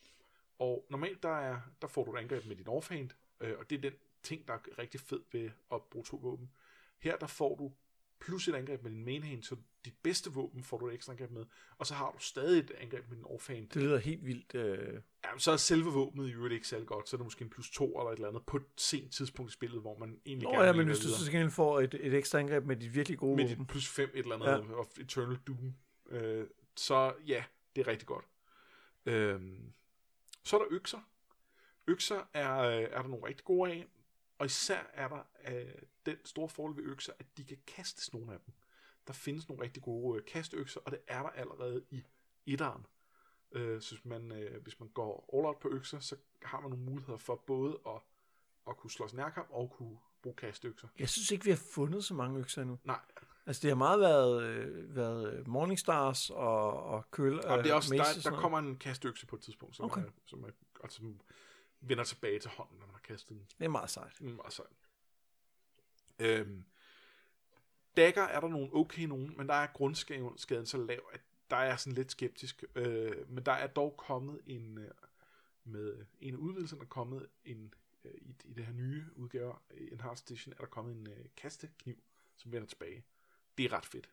Og normalt der, er, der får du et angreb med din offhand, øh, og det er den ting, der er rigtig fed ved at bruge to våben. Her der får du plus et angreb med din main hand, så dit bedste våben får du et ekstra angreb med, og så har du stadig et angreb med din offhand. Det lyder helt vildt. Øh... Ja, så er selve våbnet i øvrigt ikke særlig godt, så er det måske en plus to eller et eller andet på et sent tidspunkt i spillet, hvor man egentlig Nå, gerne ja, vil men hvis du videre. så skal får et, et ekstra angreb med dit virkelig gode med våben. dit plus fem et eller andet, ja. Of Eternal Doom. Øh, så ja, det er rigtig godt. Øh, så er der økser. Økser er, er der nogle rigtig gode af, og især er der øh, den store fordel ved økser, at de kan kastes nogle af dem. Der findes nogle rigtig gode øh, kastøkser, og det er der allerede i etteren. Øh, så hvis man, øh, hvis man går all out på økser, så har man nogle muligheder for både at, at kunne slås nærkamp og kunne bruge kastøkser. Jeg synes ikke, vi har fundet så mange økser endnu. Nej, Altså, det har meget været, øh, været Morningstars og, og Køl. Ja, det er også, øh, der, Mace og sådan der noget. kommer en kastøkse på et tidspunkt, som, Okay. er, som, er, altså, som vender tilbage til hånden, når man har kastet den. Det er meget sejt. Det er meget sejt. Øhm, dagger er der nogle okay nogen, men der er grundskaden så lav, at der er sådan lidt skeptisk. Øh, men der er dog kommet en, øh, med en af udvidelserne er kommet en, øh, i, i det her nye udgave, en Hard Edition, er der kommet en øh, kastekniv, som vender tilbage. Det er ret fedt.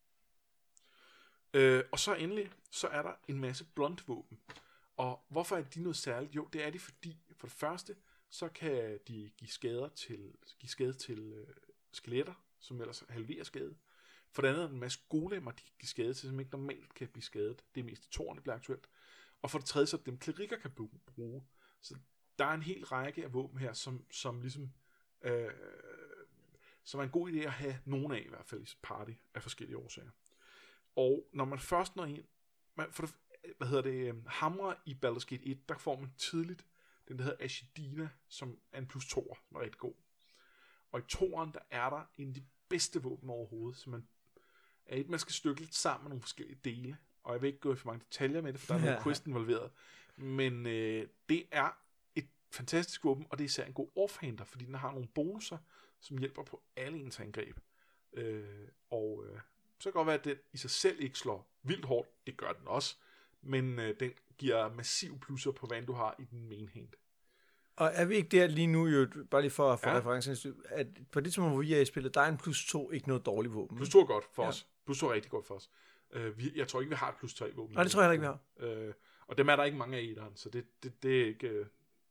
Øh, og så endelig, så er der en masse blondvåben. Og hvorfor er de noget særligt? Jo, det er de, fordi for det første, så kan de give skader til, give skade til øh, skeletter, som ellers halverer skade. For det andet er der en masse golemmer, de kan give skade til, som ikke normalt kan blive skadet. Det er mest i toren, det bliver aktuelt. Og for det tredje, så er det dem klerikker kan bruge. Så der er en hel række af våben her, som, som ligesom øh, som er en god idé at have nogen af, i hvert fald i party, af forskellige årsager. Og når man først når ind, man, for det, hvad hedder det, hamre i Baldur's Gate et, der får man tidligt den, der hedder Ashidina, som er en plus toer, som er rigtig god. Og i toeren, der er der en af de bedste våben overhovedet, som man er et, man skal stykke lidt sammen med nogle forskellige dele. Og jeg vil ikke gå i for mange detaljer med det, for der er noget quest involveret. Men øh, det er et fantastisk våben, og det er især en god offhander, fordi den har nogle bonusser, som hjælper på alle ens angreb. Øh, og øh, så kan det godt være, at den i sig selv ikke slår vildt hårdt. Det gør den også. Men øh, den giver massiv plusser på, hvad du har i den main hand. Og er vi ikke der lige nu, jo, bare lige for, for ja. referencen, at på det tidspunkt, hvor vi er i spillet, der er en plus to ikke noget dårligt våben. Plus to er godt for ja. os. Plus to er rigtig godt for os. Uh, vi, jeg tror ikke, vi har et plus tre våben. Nej, det tror jeg heller ikke, vi har. Uh, og dem er der ikke mange af i etteren, så det, det, det er ikke... Uh,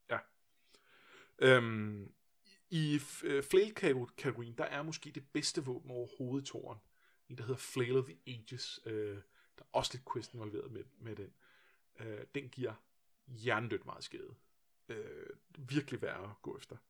ja. Um, I uh, flail-kategorien, der er måske det bedste våben overhovedet i toren. En, der hedder Flail of the Ages. Uh, der er også lidt quest involveret med, med den. Uh, den giver hjernedødt meget skade. Uh, virkelig værd at gå efter.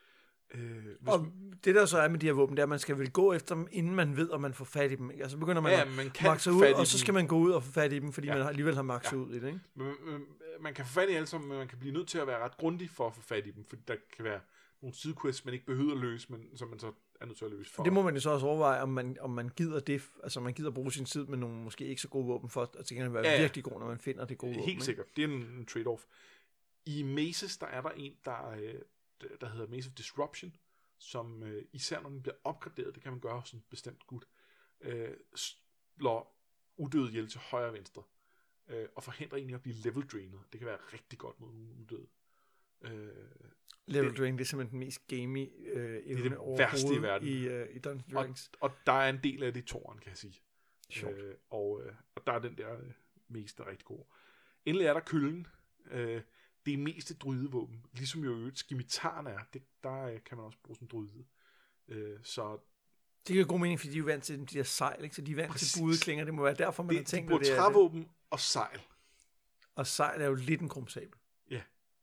Øh, og man, det der så er med de her våben, det er, at man skal vel gå efter dem, inden man ved, om man får fat i dem. Ikke? Altså begynder man ja, at man kan makse ud, og så skal man gå ud og få fat i dem, fordi ja. man alligevel har makset ja. ud i det. Ikke? Man, man, man kan få fat i alle sammen, men man kan blive nødt til at være ret grundig for at få fat i dem, fordi der kan være nogle sidequests, man ikke behøver at løse, men som man så er nødt til at løse for. Det må man jo så også overveje, om man, om man gider det, altså man gider bruge sin tid med nogle måske ikke så gode våben for, at det kan være ja, virkelig god, når man finder det gode helt våben. Helt sikkert. Det er en, en trade-off. I Maces, der er der en, der, der hedder Mace of Disruption, som øh, især når den bliver opgraderet, det kan man gøre sådan bestemt gut, øh, slår udøde ihjel til højre og venstre, øh, og forhindrer egentlig at blive level drainet. Det kan være rigtig godt mod udøde. Øh, level drain, det er simpelthen den mest gamey øh, det er det værste i verden. I, øh, i Dungeons og, og der er en del af det i toren, kan jeg sige. Øh, og, øh, og der er den der øh, mest der er rigtig god. Endelig er der køllen. Øh, det er mest et drydevåben. Ligesom jo øvrigt skimitarren er. Det, der øh, kan man også bruge sådan en dryde. Øh, så det giver god mening, fordi de er jo vant til de der sejl, ikke? Så de er vant Præcis. til budeklinger. Det må være derfor, man det, har tænkt, de at det er trævåben og sejl. Og sejl er jo lidt en krumsabel. Ja.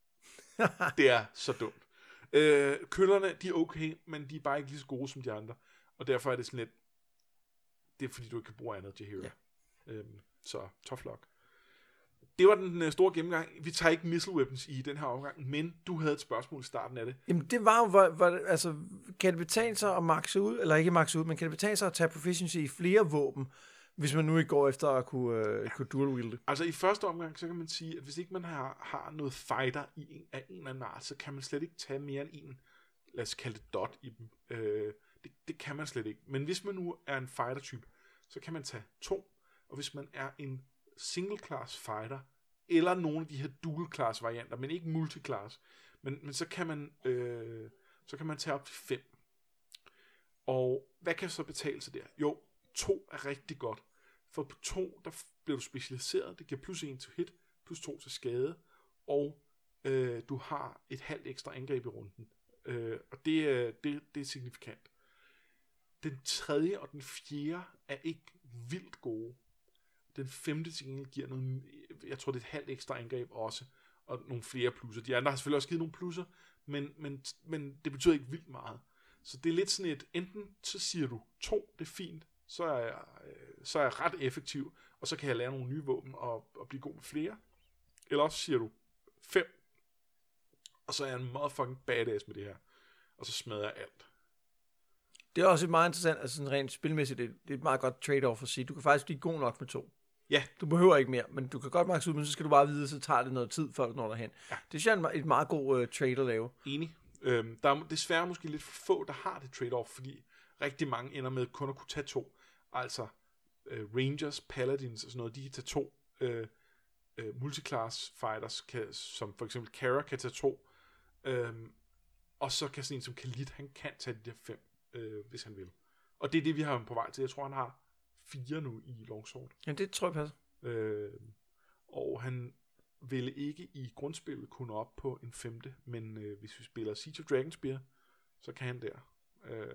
Det er så dumt. Øh, køllerne, de er okay, men de er bare ikke lige så gode som de andre. Og derfor er det sådan lidt, det er fordi, du ikke kan bruge andet til Hero. Ja. Øhm, så tough luck. Det var den uh, store gennemgang. Vi tager ikke missile weapons i den her omgang, men du havde et spørgsmål i starten af det. Jamen det var jo, hvor, hvor, altså, kan det betale sig at makse ud, eller ikke makse ud, men kan det betale sig at tage proficiency i flere våben, hvis man nu ikke går efter at kunne, uh, ja. kunne dual wielde? Altså i første omgang, så kan man sige, at hvis ikke man har, har noget fighter i en, af en eller anden art, så kan man slet ikke tage mere end en, lad os kalde det dot i dem. Øh, det, det kan man slet ikke. Men hvis man nu er en fighter-type, så kan man tage to, og hvis man er en single-class fighter, eller nogle af de her dual-class varianter, men ikke multi-class, men, men så kan man øh, så kan man tage op til fem. Og hvad kan så betale sig der? Jo, to er rigtig godt. For på to, der bliver du specialiseret. Det giver plus en til hit, plus to til skade, og øh, du har et halvt ekstra angreb i runden. Øh, og det, det, det er signifikant. Den tredje og den fjerde er ikke vildt gode. Den femte til gengæld giver noget, jeg tror det er et halvt ekstra angreb også, og nogle flere plusser. De andre har selvfølgelig også givet nogle plusser, men, men, men det betyder ikke vildt meget. Så det er lidt sådan et, enten så siger du to, det er fint, så er jeg, så er jeg ret effektiv, og så kan jeg lære nogle nye våben og, og blive god med flere. Eller også siger du fem, og så er jeg en motherfucking badass med det her, og så smadrer jeg alt. Det er også et meget interessant, altså sådan rent spilmæssigt, det, det er et meget godt trade-off at sige. Du kan faktisk blive god nok med to. Ja. Du behøver ikke mere, men du kan godt max ud, men så skal du bare vide, så tager det noget tid, før du når derhen. Ja. Det synes jeg er et meget god uh, trade at lave. Enig. Øhm, der er desværre måske lidt for få, der har det trade-off, fordi rigtig mange ender med kun at kunne tage to. Altså øh, Rangers, Paladins og sådan noget, de kan tage to. Øh, øh, multiclass fighters, kan, som for eksempel Kara, kan tage to. Øhm, og så kan sådan en som Khalid, han kan tage de der fem, øh, hvis han vil. Og det er det, vi har på vej til. Jeg tror, han har fire nu i Longsword. Ja, det tror jeg passer. Øh, og han ville ikke i grundspillet kunne op på en femte, men øh, hvis vi spiller Siege of Dragonspear, så kan han der. Øh,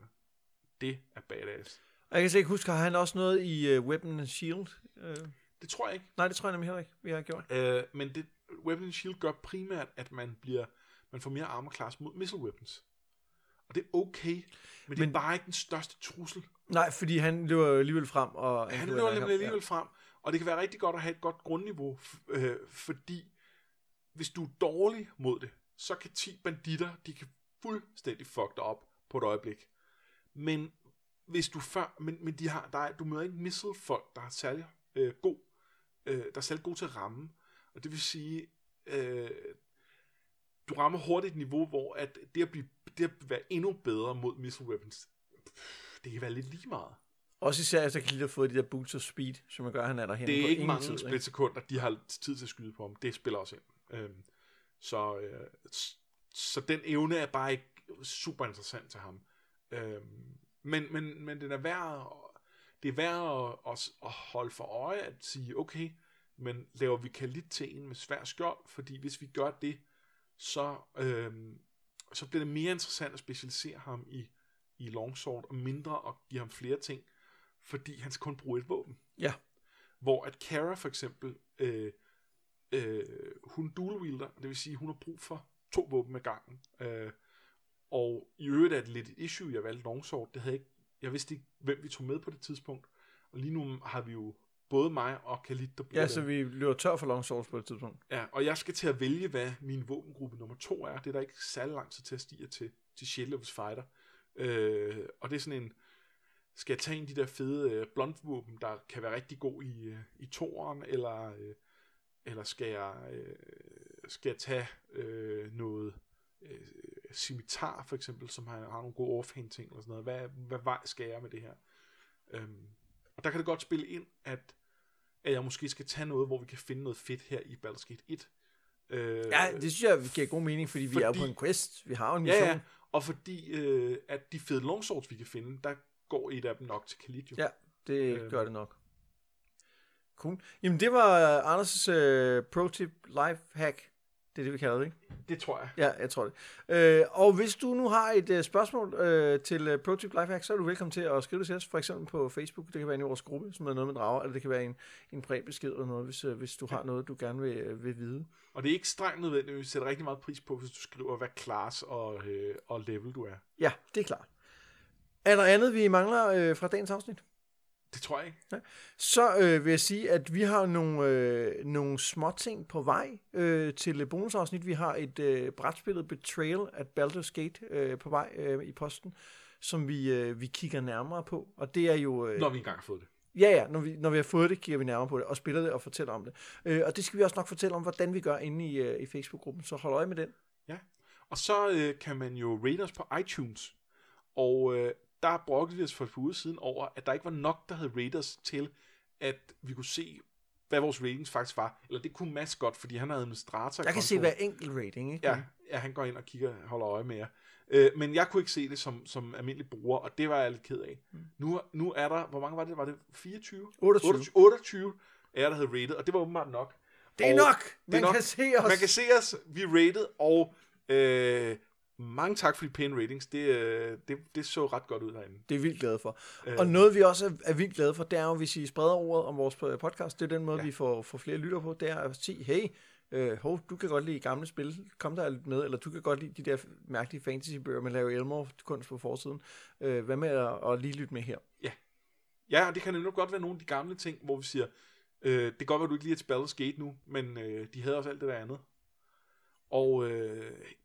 det er badass. Jeg kan ikke huske, har han også noget i uh, Weapon and Shield? Uh... Det tror jeg ikke. Nej, det tror jeg nemlig heller ikke, vi har gjort. Øh, men det, Weapon and Shield gør primært, at man bliver man får mere armor class mod missile weapons. Og det er okay, men det men, er bare ikke den største trussel. Nej, fordi han løber alligevel frem. Og han løber nemlig alligevel ja. frem, og det kan være rigtig godt at have et godt grundniveau, øh, fordi hvis du er dårlig mod det, så kan ti banditter, de kan fuldstændig fuck dig op på et øjeblik. Men hvis du før, men, men de har, der er, du møder ikke missile folk, der er særlig øh, god, øh, der er særlig god til at ramme, og det vil sige, øh, du rammer hurtigt et niveau, hvor at det at blive, det at være endnu bedre mod missile weapons, det kan være lidt lige meget. Også især efter Khalid har fået de der boots of speed, som gør, at han er derhen. Det er ikke mange splitsekunder, de har tid til at skyde på ham. Det spiller også ind. Øhm, så, øh, så den evne er bare ikke super interessant til ham. Øhm, men, men, men den er værd, det er værd at, at, at holde for øje, at sige, okay, men laver vi Khalid til en med svær skjold, fordi hvis vi gør det, så, øhm, så bliver det mere interessant at specialisere ham i, i longsword, og mindre at give ham flere ting, fordi han skal kun bruge et våben. Ja. Hvor at Kara for eksempel, øh, øh, hun dual wielder, det vil sige, hun har brug for to våben med gangen. Øh, og i øvrigt er det lidt et issue, jeg valgte longsword. Det havde ikke, jeg vidste ikke, hvem vi tog med på det tidspunkt. Og lige nu har vi jo både mig og Khalid, der bruger Ja, så vi løber tør for longswords på et tidspunkt. Ja, og jeg skal til at vælge, hvad min våbengruppe nummer to er. Det er der ikke særlig lang tid til at stige til, til Shield Levels Fighter. Øh, og det er sådan en, skal jeg tage en af de der fede øh, blunt-våben, der kan være rigtig god i, øh, i toeren, eller, øh, eller skal jeg, øh, skal jeg tage øh, noget øh, scimitar for eksempel, som har, har nogle gode offhand ting, eller sådan noget. Hvad, hvad vej skal jeg med det her? Øhm, og der kan det godt spille ind, at, at jeg måske skal tage noget, hvor vi kan finde noget fedt her i Baldur's Gate et. Øh, ja, det synes jeg giver god mening, fordi, fordi vi er på en quest. Vi har jo en mission. Ja, ja. Og fordi øh, at de fede longswords, vi kan finde, der går et af dem nok til Khalid. Ja, det øh, gør det nok. Cool. Jamen, det var Anders' øh, pro-tip life hack. Det er det, vi kalder det, ikke? Det tror jeg. Ja, jeg tror det. Øh, og hvis du nu har et uh, spørgsmål øh, til uh, ProTip Lifehack, så er du velkommen til at skrive det til os, for eksempel på Facebook. Det kan være i vores gruppe, som er noget med drager, eller det kan være en, en privat besked eller noget, hvis, uh, hvis du har noget, du gerne vil, uh, vil vide. Og det er ikke strengt nødvendigt. Vi sætter rigtig meget pris på, hvis du skriver, hvad class og, øh, og level du er. Ja, det er klart. Er der andet, vi mangler øh, fra dagens afsnit? Det tror jeg ikke. Ja. Så øh, vil jeg sige, at vi har nogle, øh, nogle små ting på vej øh, til bonusafsnit. Vi har et øh, brætspillet Betrayal at Baldur's Gate øh, på vej øh, i posten, som vi, øh, vi kigger nærmere på. Og det er jo... Øh, når vi engang har fået det. Ja, ja. Når vi, når vi har fået det, kigger vi nærmere på det og spiller det og fortæller om det. Øh, og det skal vi også nok fortælle om, hvordan vi gør inde i, øh, i Facebook-gruppen. Så hold øje med den. Ja. Og så øh, kan man jo rate os på iTunes. Og... Øh, der brokkede vi os for et par uger siden over, at der ikke var nok, der havde rated os til, at vi kunne se, hvad vores ratings faktisk var. Eller det kunne Mads godt, fordi han er administrator. Jeg kan se hver enkelt rating, ikke? Ja, ja, han går ind og kigger, holder øje med jer. Øh, men jeg kunne ikke se det som, som almindelig bruger, og det var jeg lidt ked af. Mm. Nu, nu er der, hvor mange var det? Var det fireogtyve? otteogtyve. otteogtyve er der havde rated, og det var åbenbart nok. Det er og nok! Man er nok. Kan se os. Man kan se os, vi er rated, og... Øh, mange tak for de pæne ratings. Det, det, det så ret godt ud derinde. Det er vildt glade for. Øh. Og noget vi også er, er vildt glade for, det er jo, hvis I spreder ordet om vores podcast. Det er den måde, ja. vi får, får flere lytter på. Det er at sige, hey, øh, hov, du kan godt lide gamle spil. Kom der lidt med. Eller du kan godt lide de der mærkelige fantasybøger med Larry Elmore kunst på forsiden. Øh, hvad med at, at lige lytte med her? Ja. Ja, og det kan nemlig godt være nogle af de gamle ting, hvor vi siger, øh, det kan godt være, du ikke lige er til Baldur's Gate nu, men øh, de havde også alt det der andet. Og øh, ja,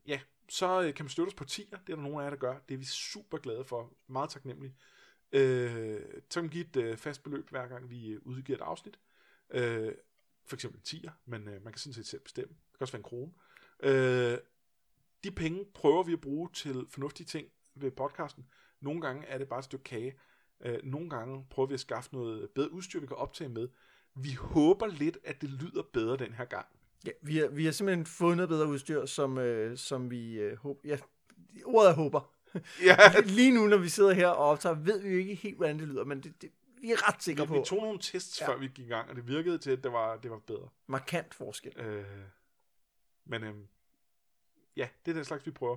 så øh, kan man støtte os på tier. Det er der nogle af jer, der gør. Det er vi super glade for. Meget taknemmelige. Øh, så kan man give et øh, fast beløb, hver gang vi øh, udgiver et afsnit. Øh, for eksempel tier, men øh, man kan sådan set selv bestemme. Det kan også være en krone. Øh, de penge prøver vi at bruge til fornuftige ting ved podcasten. Nogle gange er det bare et stykke kage. Øh, nogle gange prøver vi at skaffe noget bedre udstyr, vi kan optage med. Vi håber lidt, at det lyder bedre den her gang. Ja, vi har, vi har simpelthen fået noget bedre udstyr, som, øh, som vi øh, håber. Ja, ordet er håber. Ja. Lige nu, når vi sidder her og optager, ved vi jo ikke helt, hvordan det lyder, men det, det, vi er ret sikre vi, på. Vi tog nogle tests, ja. før vi gik i gang, og det virkede til, at det var, det var bedre. Markant forskel. Øh, men øh, ja, det er den slags, vi prøver.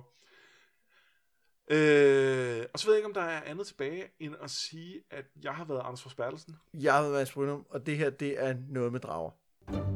Øh, og så ved jeg ikke, om der er andet tilbage, end at sige, at jeg har været Anders Forsbergelsen. Jeg har været Mads Brynum, og det her, det er Noget med Drager.